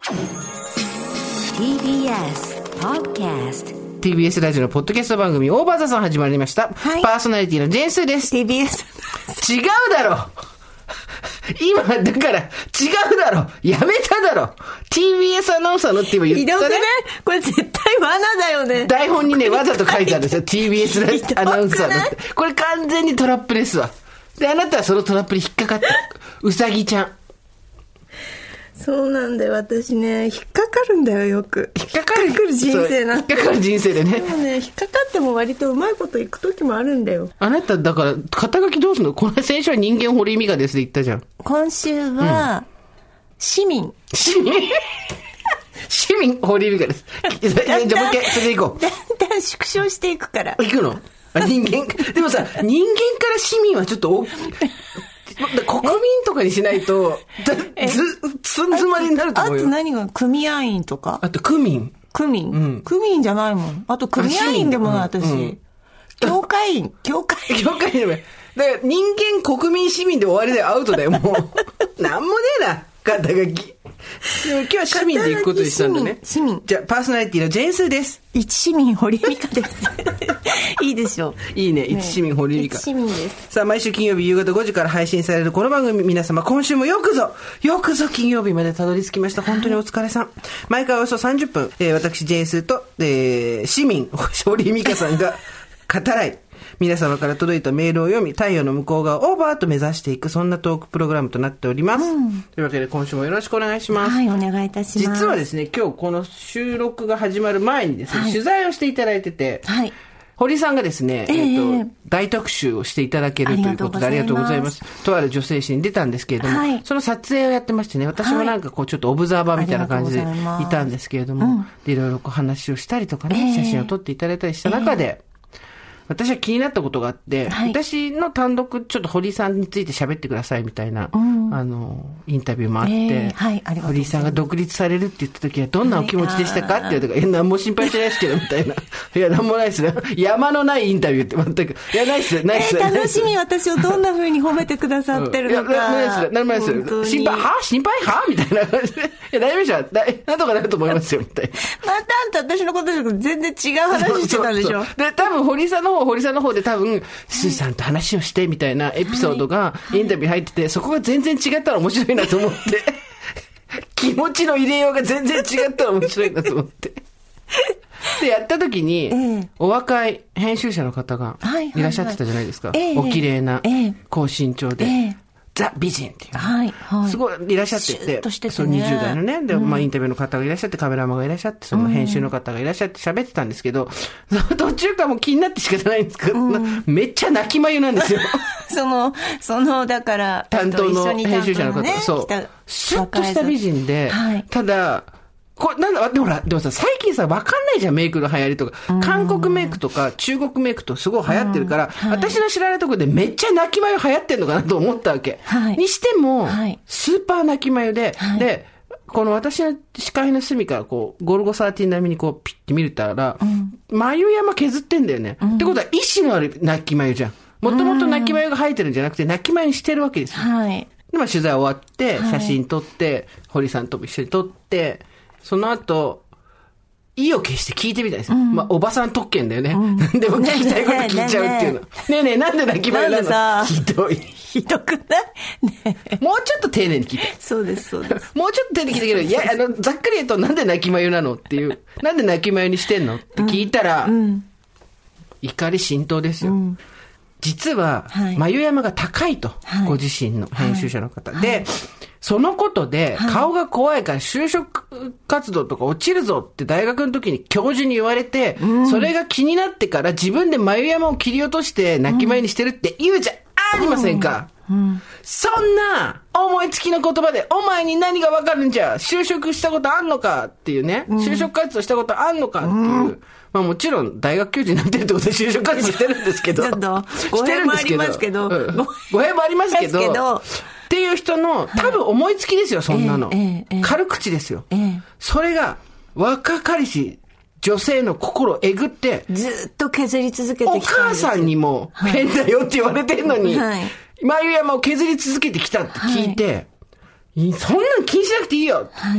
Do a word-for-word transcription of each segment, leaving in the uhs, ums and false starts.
ティービーエス Podcast ティービーエス ラジオのポッドキャスト番組オーバーザさん始まりました、 はい、 パーソナリティのジェーンスーです。 ティービーエス違うだろ今だから違うだろやめただろ ティービーエス アナウンサーのって今言ったね。 ひどくねこれ絶対罠だよね。 台本にねわざと書いてあるんですよティービーエス アナウンサーのってこれ完全にトラップですわ。であなたはそのトラップに引っかかったうさぎちゃん。 そうなんだよ私ね引っかかるんだよよく。 引っかかる人生なんて。 引っかかる人生でね。 でもね引っかかっても割とうまいこといく時もあるんだよ。 あなただから肩書きどうすんの。この先週は人間堀井美香ですって言ったじゃん。 今週は、うん、市民市民市民堀井美香です。じゃあもう一回それでいこう。 だんだん縮小していくから。 いくのあ人間でもさ人間から市民はちょっと国民とかにしないとずつん詰まりになると思うよ。 あと何が組合員とか。 あと区民区民、うん、区民じゃないもん。あと組合員でもない私、うんうん、教会員教会員教会員でもない。だから人間国民市民で終わりでアウトだよもうなんもねえな肩書き。でも今日は市民で行くことにしたんだね。 市民。 じゃあパーソナリティのジェーンスーです。 一市民堀井美香ですいいでしょう。 いいね一市民堀井美香。 一市民です。 さあ毎週金曜日夕方ごじから配信されるこの番組、皆様今週もよくぞよくぞ金曜日までたどり着きました。本当にお疲れさん。毎回およそさんじゅっぷん、えー、私ジェーンスーと、えー、市民堀井美香さんが語らい皆様から届いたメールを読み太陽の向こう側をオーバーと目指していくそんなトークプログラムとなっております、うん、というわけで今週もよろしくお願いします。 はい、お願いいたします。 実はですね今日この収録が始まる前にですね、はい、取材をしていただいてて、はい、堀さんがですね、えーと、大特集をしていただけるということでありがとうございます。とある女性誌に出たんですけれども、はい、その撮影をやってましてね、私もなんかこうちょっとオブザーバーみたいな感じでいたんですけれども、うん、でいろいろこう話をしたりとかね、えー、写真を撮っていただいたりした中で、えー私は気になったことがあって、はい、私の単独ちょっと堀井さんについて喋ってくださいみたいな、うん、あのインタビューもあって、えーはい、ありがとうございます。堀井さんが独立されるって言った時はどんなお気持ちでしたか、はい、って言うとか、え何も心配してないですけどみたいな。いや何もないですね。山のないインタビューって全くいやないですないです、 えー、楽しみ私をどんな風に褒めてくださってるのか。うん、いやないです何もないです心配は心配はみたいな感じでいや大丈夫でしょなんとかなると思いますよみたいな。 またあんた私のことじゃなくて全然違う話してたでしょ。そうそうで多分堀井さんの方堀井さんの方で多分スーさんと話をしてみたいなエピソードがインタビュー入ってて、はい、そこが全然違ったら面白いなと思って気持ちの入れようが全然違ったら面白いなと思ってでやった時に、えー、お若い編集者の方がいらっしゃってたじゃないですか、はいはいはい、お綺麗な、えー、高身長で、えーザ・美人っていう、ねはいはい、すごいいらっしゃってて、てね、そうにじゅう代のね、で、まあ、インタビューの方がいらっしゃって、カメラマンがいらっしゃって、その編集の方がいらっしゃって喋ってたんですけど、うん、途中からもう気になって仕方ないんですけど、うん、めっちゃ泣き眉なんですよ。 その、その、だから、 担当の編集者の方、ね、そう、シュッとした美人で、はい、ただ、これなんだでもほらでもさ最近さ分かんないじゃんメイクの流行りとか韓国メイクとか中国メイクとすごい流行ってるから、はい、私の知らないところでめっちゃ泣き眉流行ってんのかなと思ったわけ、はい、にしても、はい、スーパー泣き眉で、はい、でこの私の視界の隅からこうゴルゴじゅうさん並みにこうピッて見れたら、うん、眉山削ってんだよね、うん、ってことは意志のある泣き眉じゃん。もともと泣き眉が生えてるんじゃなくて泣き眉にしてるわけですよ、はい、でまあ取材終わって写真撮って、はい、堀さんとも一緒に撮ってその後意を決して聞いてみたいです、うんまあ、おばさん特権だよね、うん、でも聞きたいこと聞いちゃうっていうの。ねえねえなんで泣き眉なの。 なんひどいひどくない、ね、 もうちょっと丁寧に聞いて。 そうですそうですもうちょっと丁寧に聞いたけどいやあのざっくり言うとなんで泣き眉なのっていうなんで泣き眉にしてんのって聞いたら、うんうん、怒り心頭ですよ、うん実は、眉山が高いと、はい、ご自身の編集者の方、はい、で、はい、そのことで、顔が怖いから就職活動とか落ちるぞって大学の時に教授に言われて、うん、それが気になってから自分で眉山を切り落として泣き眉にしてるって言うじゃありませんか、うんうん、そんな思いつきの言葉でお前に何がわかるんじゃ就職したことあんのかっていうね、うん、就職活動したことあんのかっていう、うんまあもちろん大学教授になってるってことで就職活動してるんですけど。 ちょっと、語弊もありますけど。 語弊もありますけど。っていう人の多分思いつきですよ、そんなの。えええ、軽口ですよ、え。それが若かりし女性の心をえぐって。 ずっと削り続けてきたんです。 お母さんにも変だよって言われてるのに、はい、眉山を削り続けてきたって聞いて、はい、そんなの気にしなくていいよ。はい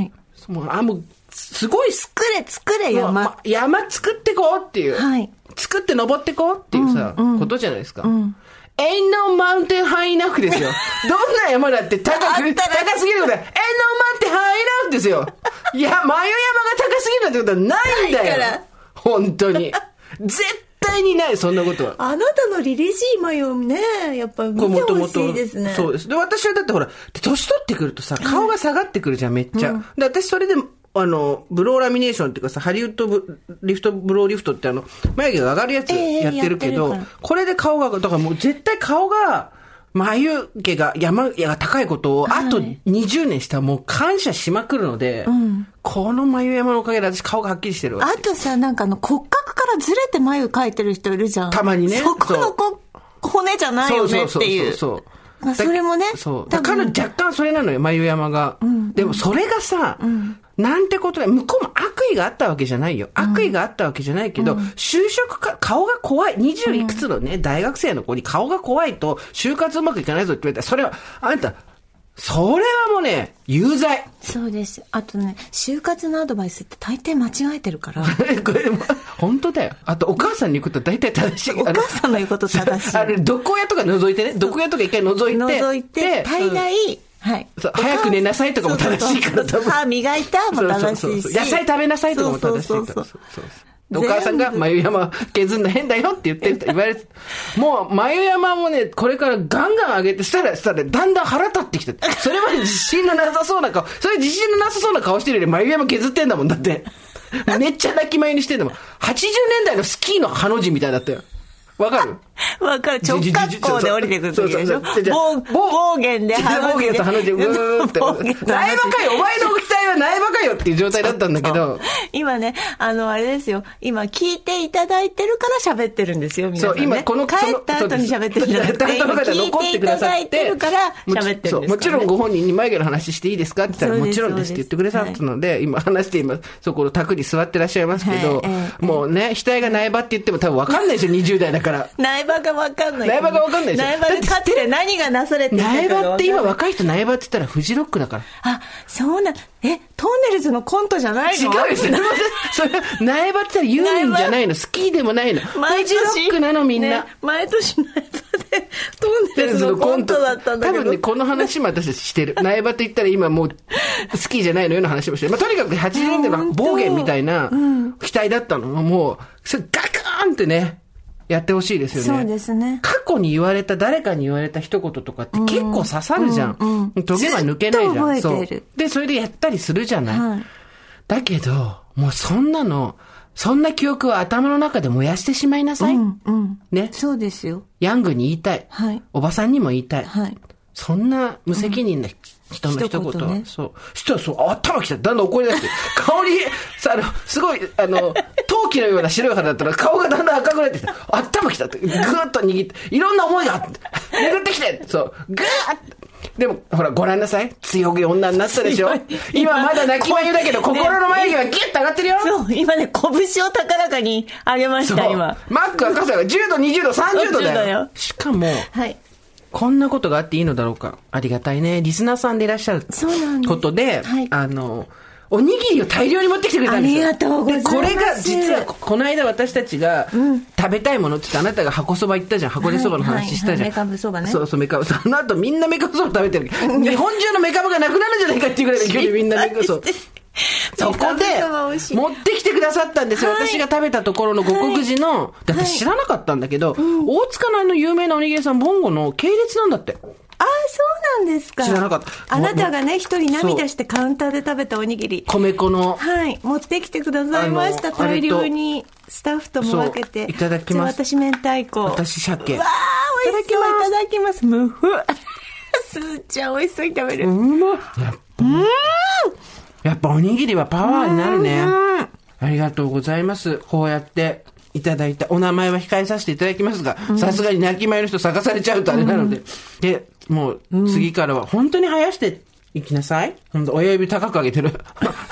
もう、あ、もう、すごい作れ、作れ、山。ま、 山作ってこうっていう。 はい。 作って登ってこうっていうさ、うんうん、ことじゃないですか。 うん。 Ain't no mountain high enough ですよ。どんな山だって高く、高すぎることは、Ain't no mountain high enough ですよ。いや、眉山が高すぎるってことはないんだよ。ないから。本当に。絶対にない、そんなことは。 あなたの凛々しい眉をね、やっぱ見てほしいですね。 そうです。で、私はだってほら、年取ってくるとさ、顔が下がってくるじゃん、めっちゃ。うん、で、私それで、あの、ブローラミネーションっていうかさ、ハリウッドブリフト、ブローリフトってあの、眉毛が上がるやつやってるけど、えー、るこれで顔が、だからもう絶対顔が、眉毛が山が高いことを、あとにじゅうねんしたらもう感謝しまくるので、うん、この眉山のおかげで私顔がはっきりしてるわけ。 あとさ、なんかあの骨格からずれて眉描いてる人いるじゃん。 たまにね。 そこのこ骨じゃないよねっていう。そうそうそうそう。まあ、それもね。 そう。だから若干それなのよ、眉山が。うん、でもそれがさ、うん、なんてことで、向こうも悪意があったわけじゃないよ。悪意があったわけじゃないけど、うん、就職か、顔が怖い。にじゅういくつのね、うん、大学生の子に顔が怖いと、就活うまくいかないぞって言われたら、それは、あんた、それはもうね、有罪。 そうです。あとね、就活のアドバイスって大抵間違えてるから。 これでも、本当だよ。あと、お母さんに言うことは大体正しい。 お母さんの言うこと正しい。 あれ、毒親とか覗いてね。毒親とか一回覗いて。 覗いて、大概、うんはい。 早く寝なさいとかも正しいから多分。 歯磨いたも正しいし。そうそうそう野菜食べなさいとかも正しいから。そうそうそうお母さんが眉山削るの変だよって言ってると言われて、もう眉山もね、これからガンガン上げて、したら、したら、だんだん腹立ってきて、それまで自信のなさそうな顔、それ自信のなさそうな顔してるより眉山削ってんだもん、だって。めっちゃ泣き眉にしてんだもん。はちじゅうねんだいのスキーのハの字みたいだったよ。わかるわかる。直角行で降りてくるときでしょ暴言で暴言と鼻でぐーって。苗場かよお前の期待は苗場かよっていう状態だったんだけど。 今ね、あの、あれですよ。今聞いていただいてるから喋ってるんですよ、皆さん、ね。そう、今この、帰った後に喋ってるんじゃなくて、今聞いていただいてるから喋ってるんです、ね。 もちろんご本人に眉毛の話していいですかって言ったらもちろんですって言ってくれたので、今話して今、そこの卓に座ってらっしゃいますけど、もうね、額が苗場って言っても多分わかんないでしょ、にじゅう代だから。 苗場がわかんない。 苗場がわかんないでしょ。 苗場でかつて何がなされてるかが苗場って今若い人苗場って言ったらフジロックだから。 あ、そうな、え、トンネルズのコントじゃないの？ 違うですよ。それ、苗場って言ったらユーミンじゃないの。スキーでもないの。フジロックなのみんな。ね、 毎年苗場でトンネルズのコントだったんだけど。 多分ね、この話も私たちしてる。苗場って言ったら今もうスキーじゃないのような話もしてる。まあ、とにかくはちじゅうねんだいの暴言みたいな期待だったの。もう、それガクーンってね。やってほしいですよね。 そうですね。 過去に言われた、誰かに言われた一言とかって結構刺さるじゃん。うんうん、トゲは抜けないじゃん。そう。で、それでやったりするじゃない。はい、だけど、もうそんなの、そんな記憶は頭の中で燃やしてしまいなさい。 うんうん、ね。そうですよ。 ヤングに言いたい。はい。おばさんにも言いたい。はい。そんな無責任な人の一言は、ね、そう。人はそう、頭きた。だんだん怒り出して。顔に、さ、あの、すごい、あの、陶器のような白い肌だったら顔がだんだん赤くなってきた。頭きたって。ぐーっと握って、いろんな思いがあって、巡ってきてそう、ぐーって。でも、ほら、ご覧なさい。強い女になったでしょ今まだ泣き眉だけど、心の眉毛はギュッと上がってるよ。 そう、今ね、拳を高らかに上げました、今。 マック赤さがじゅうど、にじゅうど、さんじゅうどだよ。だよしかも、はい。こんなことがあっていいのだろうか。ありがたいね。リスナーさんでいらっしゃることで、はい、あの、おにぎりを大量に持ってきてくれたんですよ。 ありがとうございます。 で、これが実は、この間私たちが食べたいものって言って、あなたが箱そば行ったじゃん。箱根そばの話したじゃん。はいはいはい、 メカブそばね。 そうそう、メカブそば。その後みんなメカブそば食べてる。日本中のメカブがなくなるんじゃないかっていうぐらいの距離みんなメカブそば。そこで持ってきてくださったんですよ、はい、私が食べたところの五穀寺の、はい、だって知らなかったんだけど、はい、大塚のあの有名なおにぎり屋さんボンゴの系列なんだって。 ああ、そうなんですか。 知らなかった。 あなたがね、一人涙してカウンターで食べたおにぎり、 米粉の、 はい持ってきてくださいました。大量にスタッフとも分けて。 いただきます。 私明太子、 私鮭。 わー、美味しそう。いただきます。むふすーちゃん美味しそうに食べる。 うまっ。やっぱうんやっぱおにぎりはパワーになるね。ありがとうございます。こうやっていただいたお名前は控えさせていただきますが、さすがに泣き前の人探されちゃうとあれなので、うん、でもう次からは本当に生やしていきなさい。本当親指高く上げてる。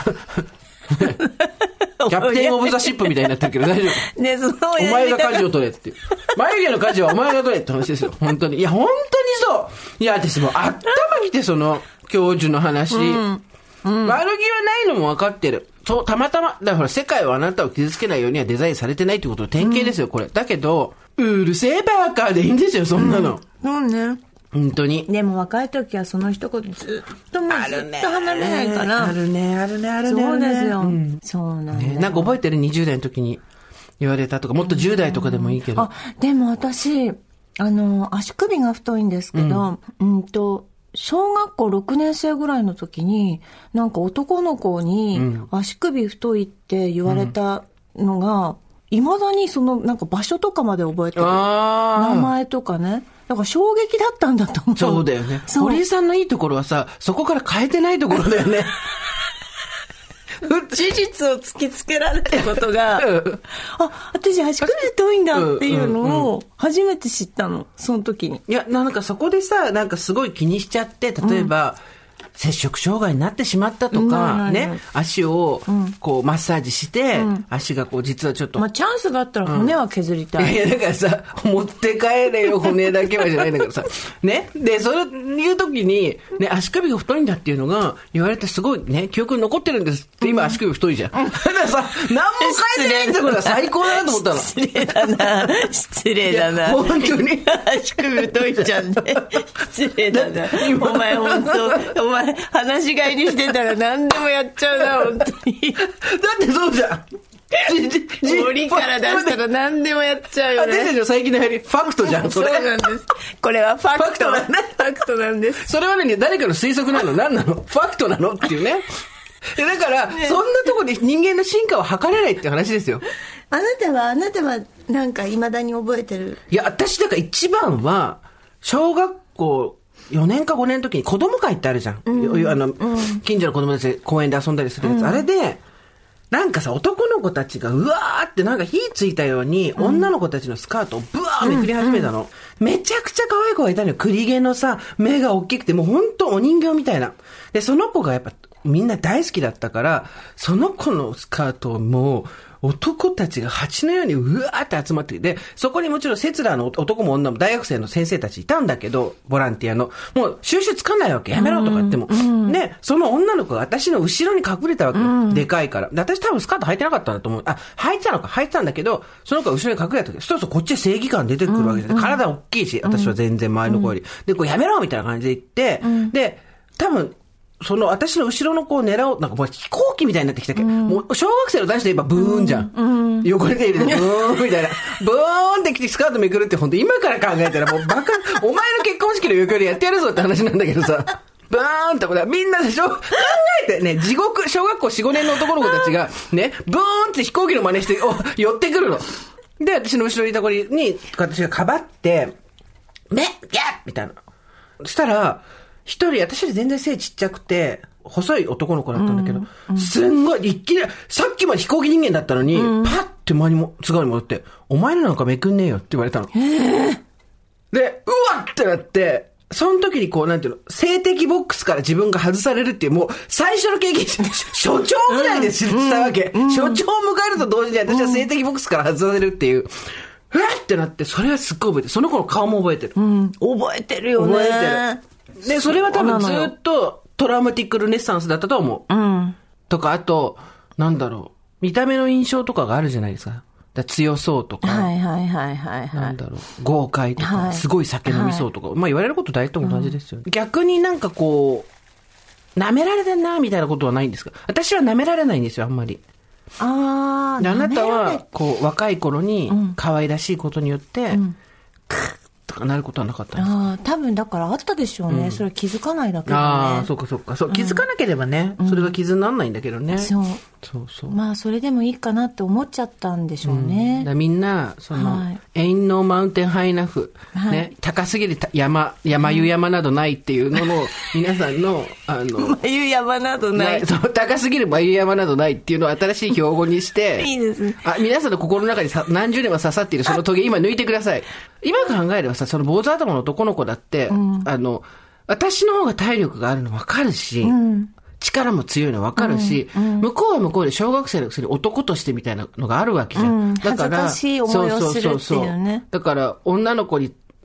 キャプテンオブザシップみたいになってるけど大丈夫。ね、そのお前が舵を取れっていう。眉毛の舵はお前が取れって話ですよ。本当に。いや本当にそう。いや私もう頭きてその教授の話。うんううん、悪気はないのも分かってる。そう、たまたま、だから世界はあなたを傷つけないようにはデザインされてないってことの典型ですよ、これ。だけど、うるせえバカでいいんですよ、そんなの。 うん、そうね。 本当に。 でも若い時はその一言ずっともうずっと離れないから。 あるね、あるね、あるね。 そうですよ。うん、そうなんだ、ね。 なんか覚えてるにじゅう代の時に言われたとか、もっとじゅう代とかでもいいけど。 あ、でも私、あの、足首が太いんですけど、うん、うんと、小学校ろくねん生ぐらいの時に、なんか男の子に足首太いって言われたのが、いまだにそのなんか場所とかまで覚えてる。名前とかね。だから衝撃だったんだと思う。 そうだよね。堀井さんのいいところはさ、そこから変えてないところだよね。 事実を突きつけられたことが、うん、あ、私足首太いんだっていうのを初めて知ったの、その時に。 いや、なんかそこでさ、なんかすごい気にしちゃって、例えば、うん摂食障害になってしまったとか、ね、足をこうマッサージして、うん、足がこう実はちょっと。 まあチャンスがあったら骨は削りたい。 うん、いや、だからさ、持って帰れよ、骨だけはじゃないんだけどさ。ね。で、そういう時に、ね、足首が太いんだっていうのが言われてすごいね、記憶に残ってるんですって、今足首太いじゃん。うん、だからさ、何も変えてないってことは最高だなと思ったの。 失礼だな。失礼だな。 本当に。 足首太いじゃんね。失礼だな。お前本当、お前、話し飼いにしてたら何でもやっちゃうな、本当に。 だってそうじゃん。 檻から出したら何でもやっちゃうよね。 私たちの最近の流行り、ファクトじゃん、それ。 そうなんです。これはファクト。ファクトなんファクトなんです。 それはね、誰かの推測なの何なのファクトなのっていうね。だから、ね、そんなところで人間の進化を図れないっていう話ですよ。 あなたは、あなたは、なんか未だに覚えてる？ いや、私だから一番は、小学校、よねんかごねんの時に子供会ってあるじゃん。うん、あの、うん、近所の子供たちで公園で遊んだりするやつ。うん、あれで、なんかさ、男の子たちがうわーってなんか火ついたように、うん、女の子たちのスカートをブワーめくり始めたの。うん、めちゃくちゃ可愛い子がいたのよ。栗毛のさ、目が大きくて、もうほんとお人形みたいな。で、その子がやっぱみんな大好きだったから、その子のスカートをもう、男たちが蜂のようにうわーって集まってきて、そこにもちろんセツラーの男も女も大学生の先生たちいたんだけど、ボランティアの。もう収集つかないわけ。やめろとか言っても。うん、で、その女の子が私の後ろに隠れたわけよ。うん、でかいから。で、私多分スカート履いてなかったんだと思う。あ、履いてたのか履いてたんだけど、その子が後ろに隠れた時、そうそうこっちは正義感出てくるわけじゃない。うん、体大きいし、私は全然周りの子より。で、こうやめろみたいな感じで言って、うん、で、多分、その私の後ろの子を狙おう、なんかもう飛行機みたいになってきたけど、うん、もう小学生の男子で言えばブーンじゃん。うん、横に手入れてブーンみたいな。ブーンって来てスカートめくるって本当今から考えたらもうバカ、お前の結婚式の横よりやってやるぞって話なんだけどさ。ブーンって、みんなでしょ考えてね、地獄、小学校よん、ごねんの男の子たちがね、ブーンって飛行機の真似して、お、寄ってくるの。で、私の後ろにいた子に、私がかばって、め、ギャッみたいな。そしたら、一人、私より全然背ちっちゃくて、細い男の子だったんだけど、うんうん、すんごい、いきなり、さっきまで飛行機人間だったのに、うん、パッて前にも、素顔に戻って、お前のなんかめくんねえよって言われたの。で、うわってなって、その時にこう、なんていうの、性的ボックスから自分が外されるっていう、もう、最初の経験、所長ぐらいで知ったわけ。うんうん、所長を迎えると同時に私は性的ボックスから外されるっていう。うわってなって、それはすっごい覚えてる。その子の顔も覚えてる。 うん、覚えてるよね。 覚えてる。で、それは多分ずっとトラウマティックルネッサンスだったと思う。うん。とか、あと、なんだろう。見た目の印象とかがあるじゃないですか。だ強そうとか。 はいはいはいはい、はい。 なんだろう。豪快とか、はい、すごい酒飲みそうとか。はい、まあ言われること大体同じですよね。うん、逆になんかこう、舐められてんな、みたいなことはないんですか？私は舐められないんですよ、あんまり。 ああ。 あなたは、こう、若い頃に可愛らしいことによって、うん、クッとかなることはなかったんですか？ ああ、多分だからあったでしょうね。うん、それは気づかないだけでね。 ああ、そっかそっか。そう、気づかなければね、うん、それが傷にならないんだけどね。 うん、そう。そうそう。まあ、それでもいいかなって思っちゃったんでしょうね。 うん、だみんな、その、はい、Ain't no mountain high enough、はい、ね、高すぎる山、山湯山などないっていうのの、皆さんの、あの、 眉山などない。 そう、高すぎる眉山などないっていうのを新しい標語にして、 いいですね。 あ、皆さんの心の中にさ何十年も刺さっているそのトゲ、今抜いてください。今考えればさ、その坊主頭の男の子だって、うん、あの、私の方が体力があるの分かるし、うん、力も強いの分かるし、うんうん、向こうは向こうで小学生のくせに男としてみたいなのがあるわけじゃん。うん、 だから、恥ずかしい思いをするっていうね。 だから、女の子に、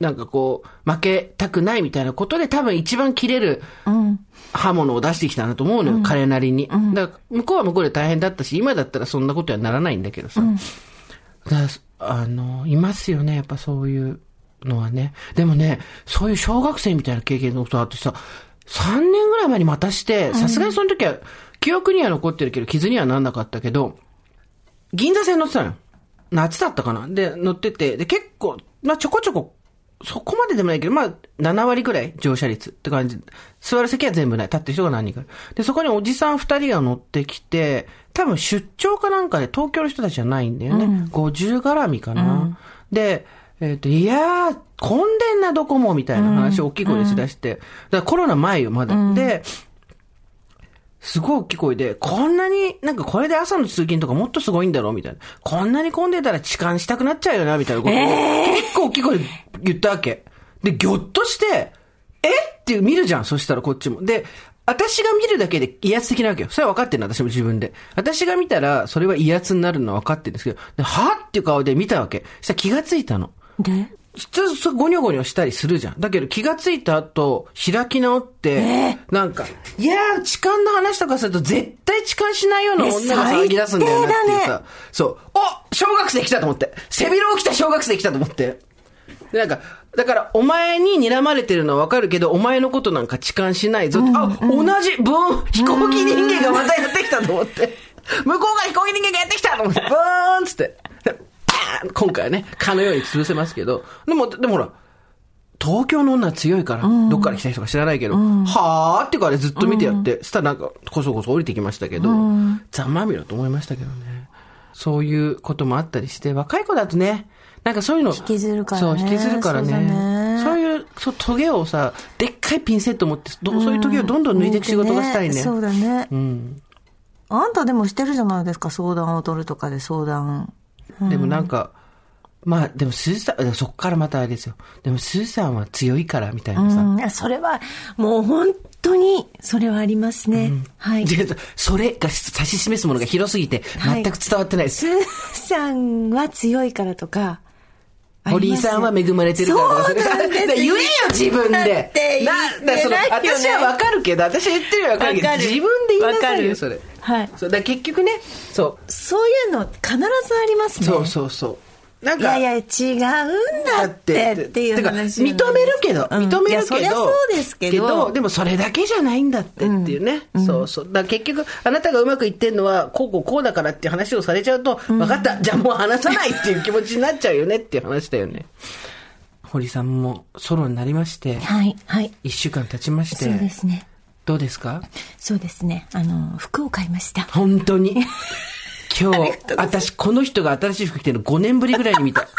なんかこう、負けたくないみたいなことで多分一番切れる刃物を出してきたなと思うのよ、うん、彼なりに。うん、だから向こうは向こうで大変だったし、今だったらそんなことはならないんだけどさ。うん、だあの、いますよね、やっぱそういうのはね。でもね、そういう小学生みたいな経験のことあってさ、さんねんぐらい前にまたして、さすがにその時は、記憶には残ってるけど、傷にはなんなかったけど、銀座線乗ってたのよ。夏だったかなで、乗ってて、で、結構、まあ、ちょこちょこ、そこまででもないけど、まあ、ななわりぐらい乗車率って感じ。座る席は全部ない。立ってる人が何人か。で、そこにおじさん二人が乗ってきて、多分出張かなんかで東京の人たちじゃないんだよね。うん、ごじゅう絡みかな。うん、で、えっ、ー、と、いやー、混んでんなどこも、みたいな話を大きい声でしだして。だからコロナ前よ、まだ。うん、で、すごい大きい声で、こんなに、なんかこれで朝の通勤とかもっとすごいんだろうみたいな。こんなに混んでたら痴漢したくなっちゃうよなみたいなことを、えー、結構大きい声で言ったわけ。で、ぎょっとして、えって見るじゃん。そしたらこっちも。で、私が見るだけで威圧的なわけよ。それは分かってるの、私も自分で。私が見たら、それは威圧になるのは分かってるんですけど、ではっていう顔で見たわけ。そしたら気がついたの。で普通、そゴニョゴニョしたりするじゃん。だけど気がついた後、開き直って、えー、なんか、いやー、痴漢の話とかすると絶対痴漢しないような女が騒ぎ出すんだよなっていうさ。ね、そう。お小学生来たと思って。背広を着た小学生来たと思って。で、なんか、だから、お前に睨まれてるのはわかるけど、お前のことなんか痴漢しないぞって。うん、あ、うん、同じ、ブーン、飛行機人間がまたやってきたと思って。向こうが飛行機人間がやってきたと思って、ブーンつって。今回はね、蚊のように潰せますけど、でも、でもほら、東京の女は強いから、うん、どっから来た人か知らないけど、うん、はーってからずっと見てやって、うん、したらなんか、こそこそ降りてきましたけど、うん、ざまみろと思いましたけどね。そういうこともあったりして、若い子だとね、なんかそういうの、 引きずるからね。 そう、引きずるからね。そうね、そういう、そう、トゲをさ、でっかいピンセット持って、どそういうトゲをどんどん抜いていく仕事がしたいね。 ね、そうだね。うん。あんたでもしてるじゃないですか、相談を取るとかで相談。 うん、でもなんか、まあ、でも、スーさん、そっからまたあれですよ。でも、スーさんは強いから、みたいなさ。 うん、それは、もう本当に、それはありますね。うん、はい。 それが指し示すものが広すぎて、全く伝わってないです。 はい、スーさんは強いからとか、 堀井さんは恵まれてるからとか、それそうなんです言えよ、自分で。だってな、だその、私はわかるけど、私は言ってるよわかるけど、自分で言いなさいよ、それ。はい。そう、だ結局ね、そう。 そういうの必ずありますね。 そうそうそう。なんかいやいや違うんだってっていう話、 認めるけど、認めるけど、うん、いやそりゃそうですけど、けどでもそれだけじゃないんだってっていうね、うん、そうそう。だ結局あなたがうまくいってんのはこうこうこうだからっていう話をされちゃうと、うん、分かったじゃあもう話さないっていう気持ちになっちゃうよねっていう話だよね。堀さんもソロになりまして、 はいはい。 一週間経ちまして、 そうですね。 どうですか？ そうですね。あの服を買いました。 本当に。今日、私、この人が新しい服着てるのごねんぶりぐらいに見た。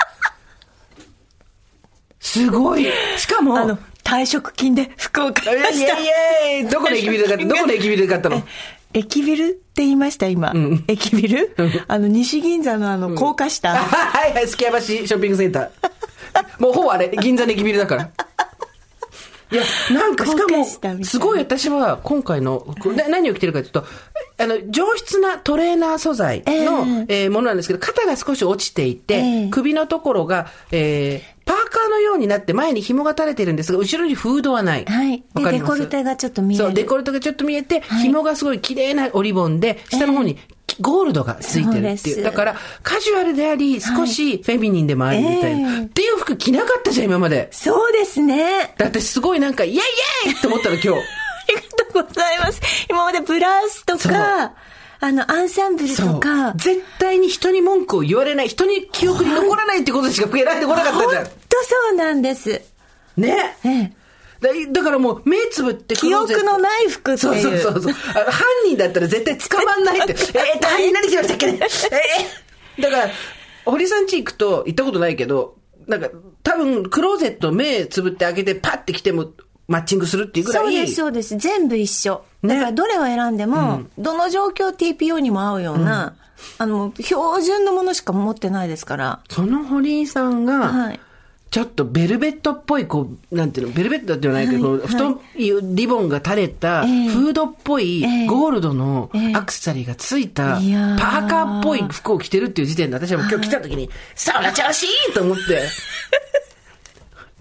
すごい。しかも、 あの、退職金で服を買いました。 イエーイイエーイどこの駅ビルで買ったどこの駅ビルで買ったの？ 駅ビルって言いました、今。うん、駅ビルあの、西銀座のあの、高架下。うん、 はいはい、すきや橋ショッピングセンター。もうほぼあれ、銀座の駅ビルだから。いや、なんかしかも、すごい私は今回の、何を着てるかというと、あの、上質なトレーナー素材の、えーえー、ものなんですけど、肩が少し落ちていて、えー、首のところが、えー、パーカーのようになって前に紐が垂れてるんですが、後ろにフードはない。 はい。で、デコルテがちょっと見える。 そう、デコルテがちょっと見えて、はい、紐がすごい綺麗なおリボンで、下の方にゴールドがついてるっていう。えー、だから、カジュアルであり、少しフェミニンでもありみたいな、はい。っていう服着なかったじゃん、今まで。 そうですね。 だってすごいなんか、イエイイエイって思ったの、今日。ありがとうございます。今までブラウスとか、あの、アンサンブルとか。 絶対に人に文句を言われない、人に記憶に残らないってことしか選んでこなかったじゃん。 ほんとそうなんです。 ね。ええ。だ, だからもう目つぶって記憶のない服っていう。 そうそうそうそう。犯人だったら絶対捕まんないって。えー、犯人何しましたっけね。えー、だから、堀さん家行くと行ったことないけど、なんか多分クローゼット目つぶって開けてパッて来てもマッチングするっていうぐらい。 そうですそうです。全部一緒。だからどれを選んでも、うん、どの状況 ティーピーオー にも合うような、うん、あの、標準のものしか持ってないですから。 その堀井さんが、はい、ちょっとベルベットっぽい、こう、なんていうの、ベルベットではないけど、はい、太いリボンが垂れた、フードっぽい、ゴールドのアクセサリーがついた、パーカーっぽい服を着てるっていう時点で、私はもう今日来た時に、そら調子いいと思って。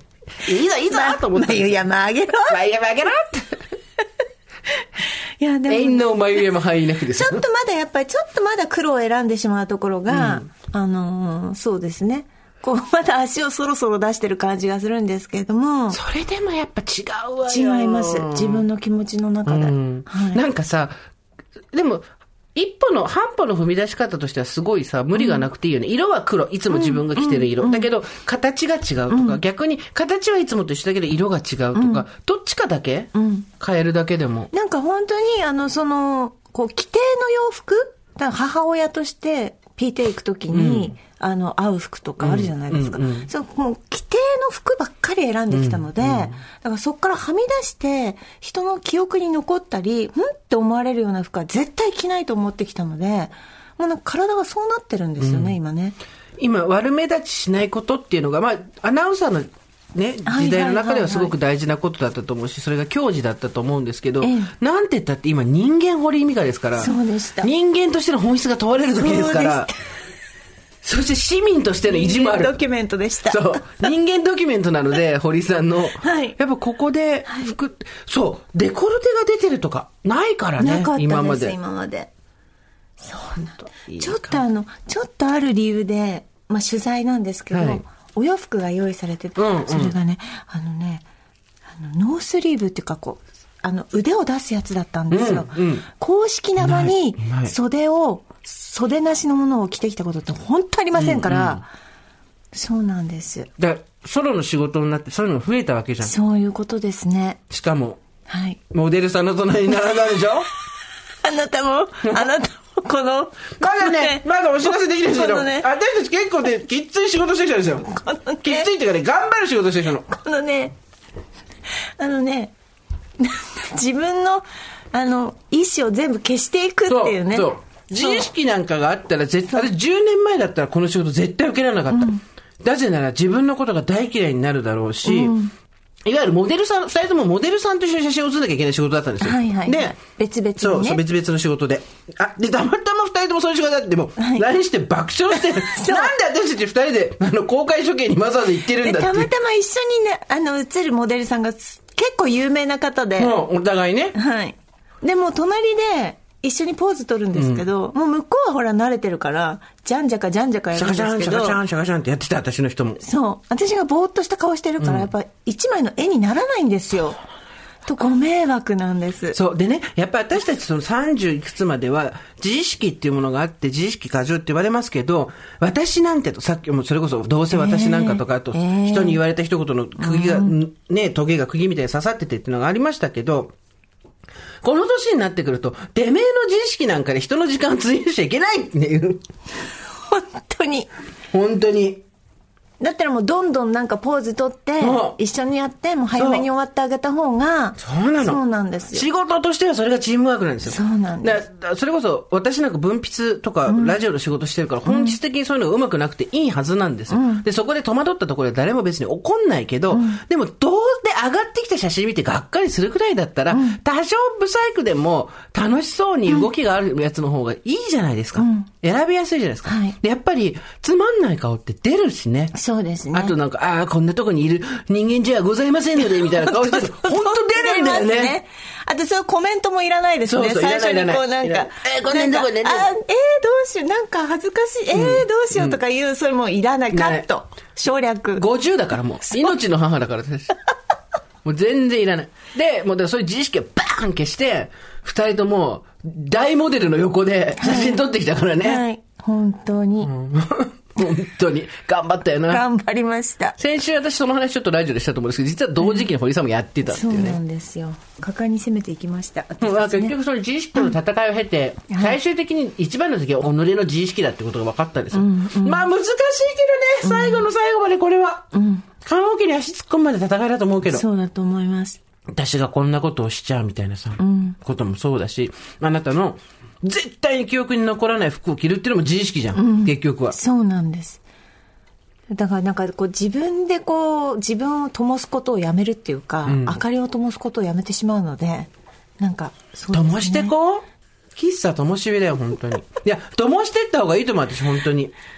いいぞいいぞと思って。 眉山あげろ。 眉山あげろって。 いやでも。 永遠の眉山入りなくです。 ちょっとまだやっぱり、ちょっとまだ黒を選んでしまうところが、うん、あのー、そうですね。こう、まだ足をそろそろ出してる感じがするんですけれども。 それでもやっぱ違うわよ。 違います。自分の気持ちの中で。 うんはい、なんかさ、でも、一歩の、半歩の踏み出し方としてはすごいさ、無理がなくていいよね。うん、色は黒。いつも自分が着てる色。うん、だけど、形が違うとか、うん、逆に、形はいつもと一緒だけど、色が違うとか、うん、どっちかだけ、うん、変えるだけでも。 なんか本当に、あの、その、こう、規定の洋服だから母親として、ピーテ行くときに、うん、あの、合う服とかあるじゃないですか。うんうんうん、そう、もう、規定の服ばっかり選んできたので、うんうん、だからそこからはみ出して、人の記憶に残ったり、んって思われるような服は絶対着ないと思ってきたので、もうなんか体がそうなってるんですよね、うん、今ね。 今、悪目立ちしないことっていうのが、まあ、アナウンサーのね、時代の中ではすごく大事なことだったと思うし、それが矜持だったと思うんですけど、ええ、なんて言ったって今人間堀井美香ですから、 そうでした。 人間としての本質が問われる時ですから、そして市民としての意地もある。 人間ドキュメントでした。 そう。人間ドキュメントなので、堀さんの。はい。やっぱここで服、はい、そう、デコルテが出てるとか、ないからね。 なかったです、 今まで。 今まで。そうなんだ。ちょっとあの、ちょっとある理由で、まあ取材なんですけど、はい、お洋服が用意されてて、うんうん、それがね、あのね、あのノースリーブっていうかこう、あの腕を出すやつだったんですよ。うんうん、公式な場に袖を、袖なしのものを着てきたことって本当ありませんから、うんうん、そうなんです。 だソロの仕事になってそういうのが増えたわけじゃん。 そういうことですね。 しかも、 はい、 モデルさんの隣に並んだでしょあなたも、あなたもこの、 まだね、まだお知らせできないんですけど、ね、私たち結構ね、きっつい仕事してきたんですよ。このね、きっついっていうかね、頑張る仕事してきたの。 このね、あのね、自分の、あの、意思を全部消していくっていうね。 そうそう自意識なんかがあったら絶対、あれじゅうねんまえだったらこの仕事絶対受けられなかった。うん、なぜなら自分のことが大嫌いになるだろうし、うん、いわゆるモデルさん、二人ともモデルさんと一緒に写真を写んなきゃいけない仕事だったんですよ。 はいはいはい、 で、 別々に、ね。 そう、そう、別々の仕事で。あ、で、たまたま二人ともそういう仕事だっても、はい、ラインして爆笑して、なんで私たち二人で、あの、公開処刑にわざわざ行ってるんだって。 たまたま一緒にね、あの、写るモデルさんが結構有名な方で。 もう、お互いね。 はい。でも、隣で、一緒にポーズ取るんですけど、うん、もう向こうはほら慣れてるから、じゃんじゃかじゃんじゃかやるんですけど。 シャカシャン、シャカシャン、シャカシャンってやってた、私の人も。 そう。私がぼーっとした顔してるから、やっぱ一枚の絵にならないんですよ。と、ご迷惑なんです。 そう。でね、やっぱり私たちそのさんじゅういくつまでは、自意識っていうものがあって、自意識過剰って言われますけど、私なんてと、さっきもそれこそ、どうせ私なんかとか、あと、えー、人に言われた一言の釘が、うん、ね、トゲが釘みたいに刺さっててっていうのがありましたけど、この年になってくると、てめえの自意識なんかで人の時間を費やしちゃいけないっていう。 本当に。 本当に。 だったらもうどんどんなんかポーズ取って、一緒にやって、もう早めに終わってあげた方が、 そうなの。 そうなんですよ。 仕事としてはそれがチームワークなんですよ。 そうなんです。 だそれこそ、私なんか文筆とか、ラジオの仕事してるから、うん、本質的にそういうのが上手くなくていいはずなんですよ。うん、で、そこで戸惑ったところで誰も別に怒んないけど、うん、でも、どうで上がってきた写真見てがっかりするくらいだったら、うん、多少ブサイクでも楽しそうに動きがあるやつの方がいいじゃないですか。うん、選びやすいじゃないですか。はい、でやっぱり、つまんない顔って出るしね。 そうですね。 あとなんか、ああ、こんなとこにいる人間じゃございませんので、みたいな顔してる。本当出るんだよね。ねあとそういうコメントもいらないですね。そうそう最初にこうなんか、 えー、こんなとこでね。 あ、えー、どうしよう、なんか恥ずかしい、えー、どうしようとかいう、うん、それもいらない。カット。省略。 ごじゅうだからもう。命の母だからです。もう全然いらない。で、もうだからそういう自意識をバーン消して、二人とも大モデルの横で写真撮ってきたからね。 はい。はい、本当に。うん本当に。頑張ったよな。 頑張りました。 先週私その話ちょっとラジオでしたと思うんですけど、実は同時期に堀さんもやってたっていうね。 そうなんですよ。果敢に攻めていきました。 ね、結局その自意識との戦いを経て、うん、最終的に一番の時は己の自意識だってことが分かったんですよ。うんうん、まあ難しいけどね、最後の最後までこれは。うん。棺桶に足突っ込むまで戦いだと思うけど。 そうだと思います。 私がこんなことをしちゃうみたいなさ、うん、こともそうだし、あなたの絶対に記憶に残らない服を着るっていうのも自意識じゃん、うん、結局は。 そうなんです。だからなんかこう自分でこう自分を灯すことをやめるっていうか、うん、明かりを灯すことをやめてしまうので、なんかそうですね。灯してこう。喫茶灯火だよ本当に。いや灯してった方がいいと思う私本当に。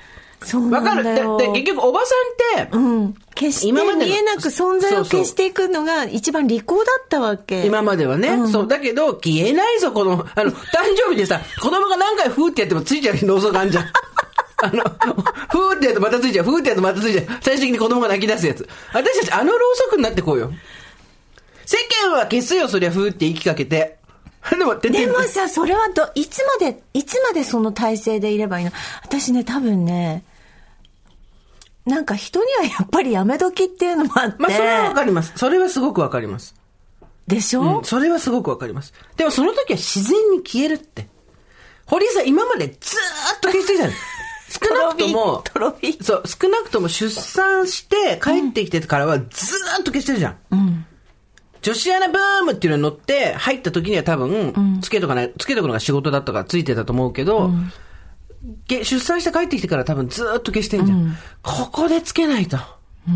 そうなんだよ。 わかる。で、で結局おばさんって、うん、 決して見えなく存在を消していくのが一番利口だったわけ。 今まではね。うん、そう。だけど、消えないぞ、この、あの、誕生日でさ、子供が何回フーってやってもついちゃう脳があんじゃん。あの、フーってやるとまたついちゃう、フーってやるとまたついちゃう。最終的に子供が泣き出すやつ。私たちあのろうそくになってこうよ。世間は消すよ、そりゃフーって言いかけて。 でも、でもさ、それはど、いつまで、いつまでその体制でいればいいの？私ね、多分ね、なんか人にはやっぱりやめ時っていうのもあって。 まあ、それはわかります。それはすごくわかります。 でしょ？ うん、それはすごくわかります。でもその時は自然に消えるって。堀井さん、今までずーっと消してきたの。少なくとも、 トロフィー。 そう、少なくとも出産して帰ってきてからはずーっと消してるじゃん。うん。女子アナブームっていうのに乗って入った時には多分、うん、つけとかない、つけとくのが仕事だったからついてたと思うけど、うん、出産して帰ってきてから多分ずーっと消してんじゃん。うん、ここでつけないと。うん。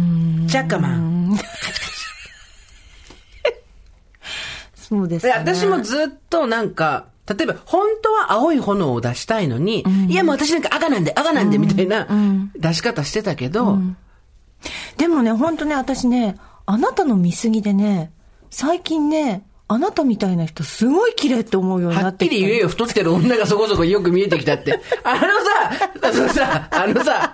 ジャッカマン。 そうですね。 私もずっとなんか、例えば本当は青い炎を出したいのに、うん、いやもう私なんか赤なんで赤なんでみたいな出し方してたけど、うんうん、 でもね本当ね私ねあなたの見過ぎでね最近ねあなたみたいな人すごい綺麗って思うようになってきた。 はっきり言えよ、太ってる女がそこそこよく見えてきたってあのさあのさあのさ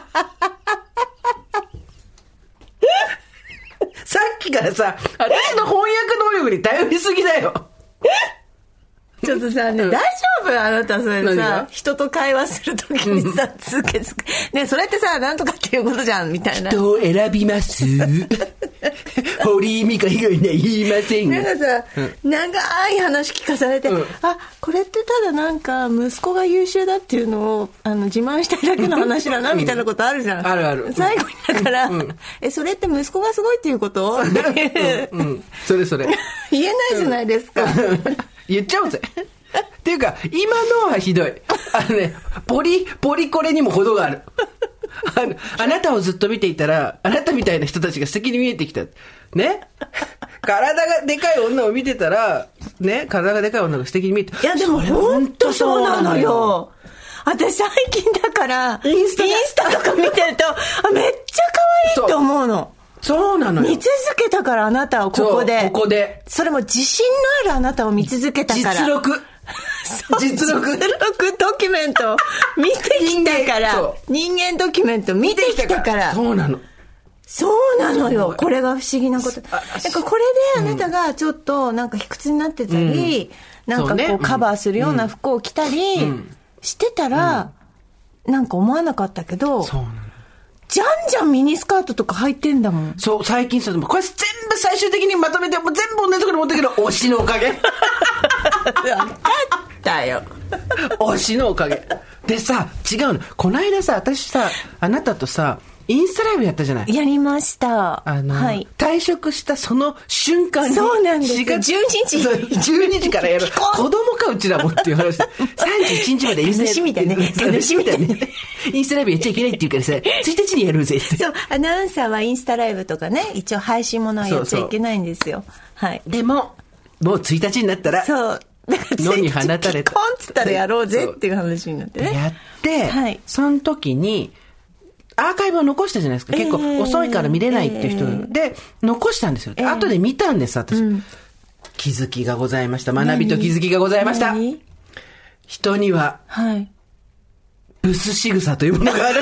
さっきからさ私の翻訳能力に頼りすぎだよちょっとさ、ね、うん、大丈夫あなたそれさ、人と会話するときにさ、つけつけ。ね、それってさ、なんとかっていうことじゃん、みたいな。 人を選びます。堀井美香以外には言いません。 なんかさ、うん、長い話聞かされて、うん、あ、これってただなんか、息子が優秀だっていうのを、あの、自慢したいだけの話だな、みたいなことあるじゃん。 あるある。 最後にだから、うん、え、それって息子がすごいっていうこと、うんうん、それそれ。 言えないじゃないですか。 言っちゃおうぜ。っていうか、今のはひどい。あのね、ポリ、ポリコレにも程がある。あの、あなたをずっと見ていたら、あなたみたいな人たちが素敵に見えてきた。ね？体がでかい女を見てたら、ね？体がでかい女が素敵に見えて。 いや、でもほんとそうなのよ。私最近だから、インスタ、インスタとか見てると、あ、めっちゃ可愛いと思うの。 そうなのよ。 見続けたからあなたをここで。 ここで。 それも自信のあるあなたを見続けたから。 実力。実力。 実力ドキュメント見てきたから。人間ドキュメント見てきたから。 そうなの。 そうなのよ。これが不思議なこと。だからこれであなたがちょっとなんか卑屈になってたり、うん、なんかこうカバーするような服を着たりしてたら、うん、なんか思わなかったけど、 そうなの。 じゃんじゃんミニスカートとか履いてんだもん。 そう、最近さ、これ全部最終的にまとめて、もう全部同じところに持ってくる推しのおかげ。 分かったよ。 推しのおかげ。でさ、違うの。この間さ、私さ、あなたとさ、インスタライブやったじゃない。 やりました。 あの、はい、退職したその瞬間に。 そうなんですよ。じゅうにじ。 じゅうにじからやる。子供かうちらもっていう話で。さんじゅういちにちまでインスタライブ。 楽しみだね。楽しみだね。 インスタライブやっちゃいけないって言うからさ、ついたちにやるぜって。 そう、アナウンサーはインスタライブとかね、一応配信ものはやっちゃいけないんですよ。そうそう、はい。 でも、もうついたちになったら、 そう。 野に放たれた。 コンっつったらやろうぜっていう話になってね。 やって、はい、その時に、アーカイブを残したじゃないですか。結構遅いから見れないっていう人、えー、で残したんですよ、えー、後で見たんです私、うん、気づきがございました。学びと気づきがございました。人には、はい、ブス仕草というものがある。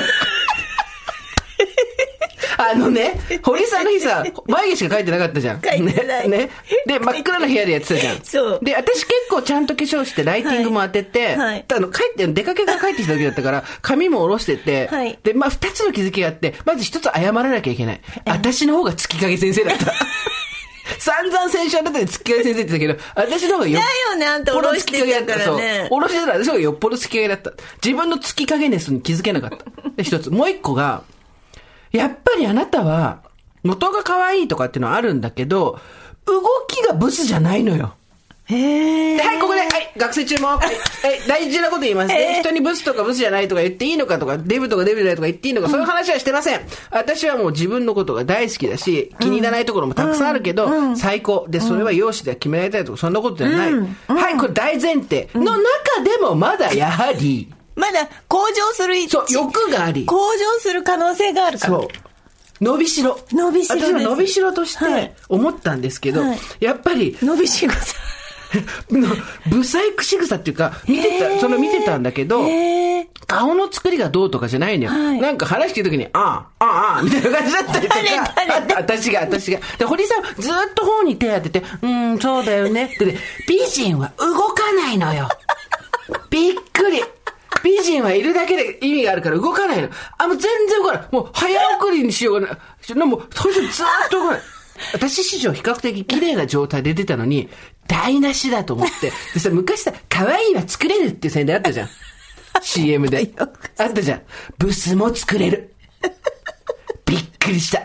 あのね、堀さんの日さ、眉毛しか描いてなかったじゃん。 描いてない。 ね。ねで、真っ暗な部屋でやってたじゃん。 そう。 で、私結構ちゃんと化粧してライティングも当てて、はいはい、あの、帰って、出かけから帰ってきた時だったから、髪も下ろしてて、はい、で、まあ、二つの気づきがあって、まず一つ謝らなきゃいけない。私の方が月影先生だった。散々先週あなたに月影先生って言ったけど、私の方がよっぽど下ろしてたからね。 下ろしてたら私の方がよっぽど月影だった。自分の月影ネスに気づけなかった。で、一つ。もう一個が、やっぱりあなたは、元が可愛いとかっていうのはあるんだけど、動きがブスじゃないのよ。 へー。 で、はい、ここで、はい、学生注目。はい、大事なこと言いますね。人にブスとかブスじゃないとか言っていいのかとか、デブとかデブじゃないとか言っていいのか、そういう話はしてません。私はもう自分のことが大好きだし、気に入らないところもたくさんあるけど、うんうん、最高。で、それは容姿で決められたいとか、そんなことじゃない。うんうん、はい、これ大前提。の中でもまだやはり、 まだ向上する。 そう、欲があり。 向上する可能性があるから。そう。 伸びしろ。 伸びしろです。 私は伸びしろとして思ったんですけど、はい、やっぱり。 伸びしろさ。 ブサイク仕草っていうか、見てた、その見てたんだけど、顔の作りがどうとかじゃないのよ。はい、なんか話してる時に、ああ、ああ、ああ、みたいな感じだったりとか、あ私が、私が。で、堀さんずっと本に手当てて、うーん、そうだよね。ってね、美人は動かないのよ。びっくり。美人はいるだけで意味があるから動かないの。あ、もう全然動かない。もう早送りにしようがない。もう、それでずっと動かない。私史上比較的綺麗な状態で出たのに、台無しだと思って。でさ、昔さ、可愛いは作れるっていう宣伝あったじゃん。シーエム で。あったじゃん。ブスも作れる。びっくりした。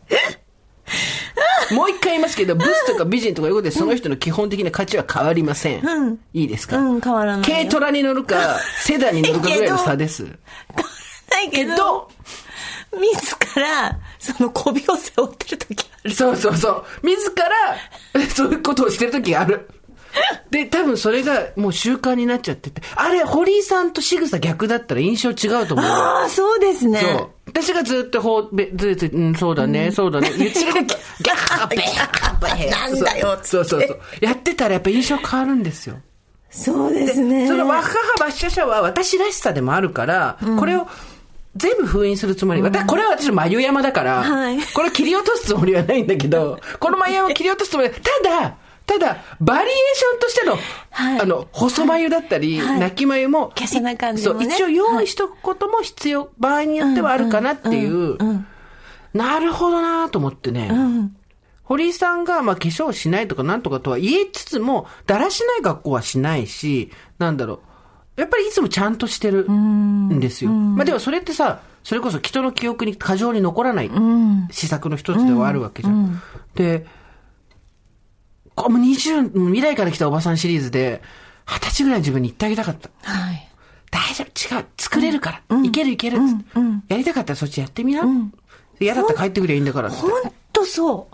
もう一回言いますけど、ブスとか美人とかいうことで、その人の基本的な価値は変わりません。うん、いいですか？ うん、変わらない。 軽トラに乗るか、セダンに乗るかぐらいの差です。変わらないけど、自ら、その媚びを背負ってる時ある。 そうそうそう。自ら、そういうことをしてる時がある。で、多分それがもう習慣になっちゃってて、あれ、堀井さんと仕草逆だったら印象違うと思う。 ああ、そうですね。そう。 私がずっとほう、べ、ずっと、うん、そうだね、うん、そうだね。言ってること、ギャッベーなんだよ。 そうそうそう。やってたらやっぱ印象変わるんですよ。 そうですね。 そのワッハハバッシャシャは私らしさでもあるから、うん、これを、全部封印するつもり。うん、これは私の眉山だから、はい、これ切り落とすつもりはないんだけど、この眉山を切り落とすつもりは、ただ、ただ、バリエーションとしての、はい、あの、細眉だったり、はい、泣き眉も、 華奢な感じもね。 そう、一応用意しとくことも必要、はい、場合によってはあるかなっていう、うんうんうん、なるほどなと思ってね。うん、堀井さんが、まあ、化粧しないとかなんとかとは言いつつも、だらしない格好はしないし、なんだろう。やっぱりいつもちゃんとしてるんですよ。まあでもそれってさ、それこそ人の記憶に過剰に残らない施策の一つではあるわけじゃん。うんうん、で、これもにじゅう、未来から来たおばさんシリーズで、はたちぐらい自分に言ってあげたかった。はい。大丈夫、違う、作れるから。うん、いけるいけるっつって、うんうん。やりたかったらそっちやってみな。うん、嫌だったら帰ってくればいいんだからって。 ほんとそう。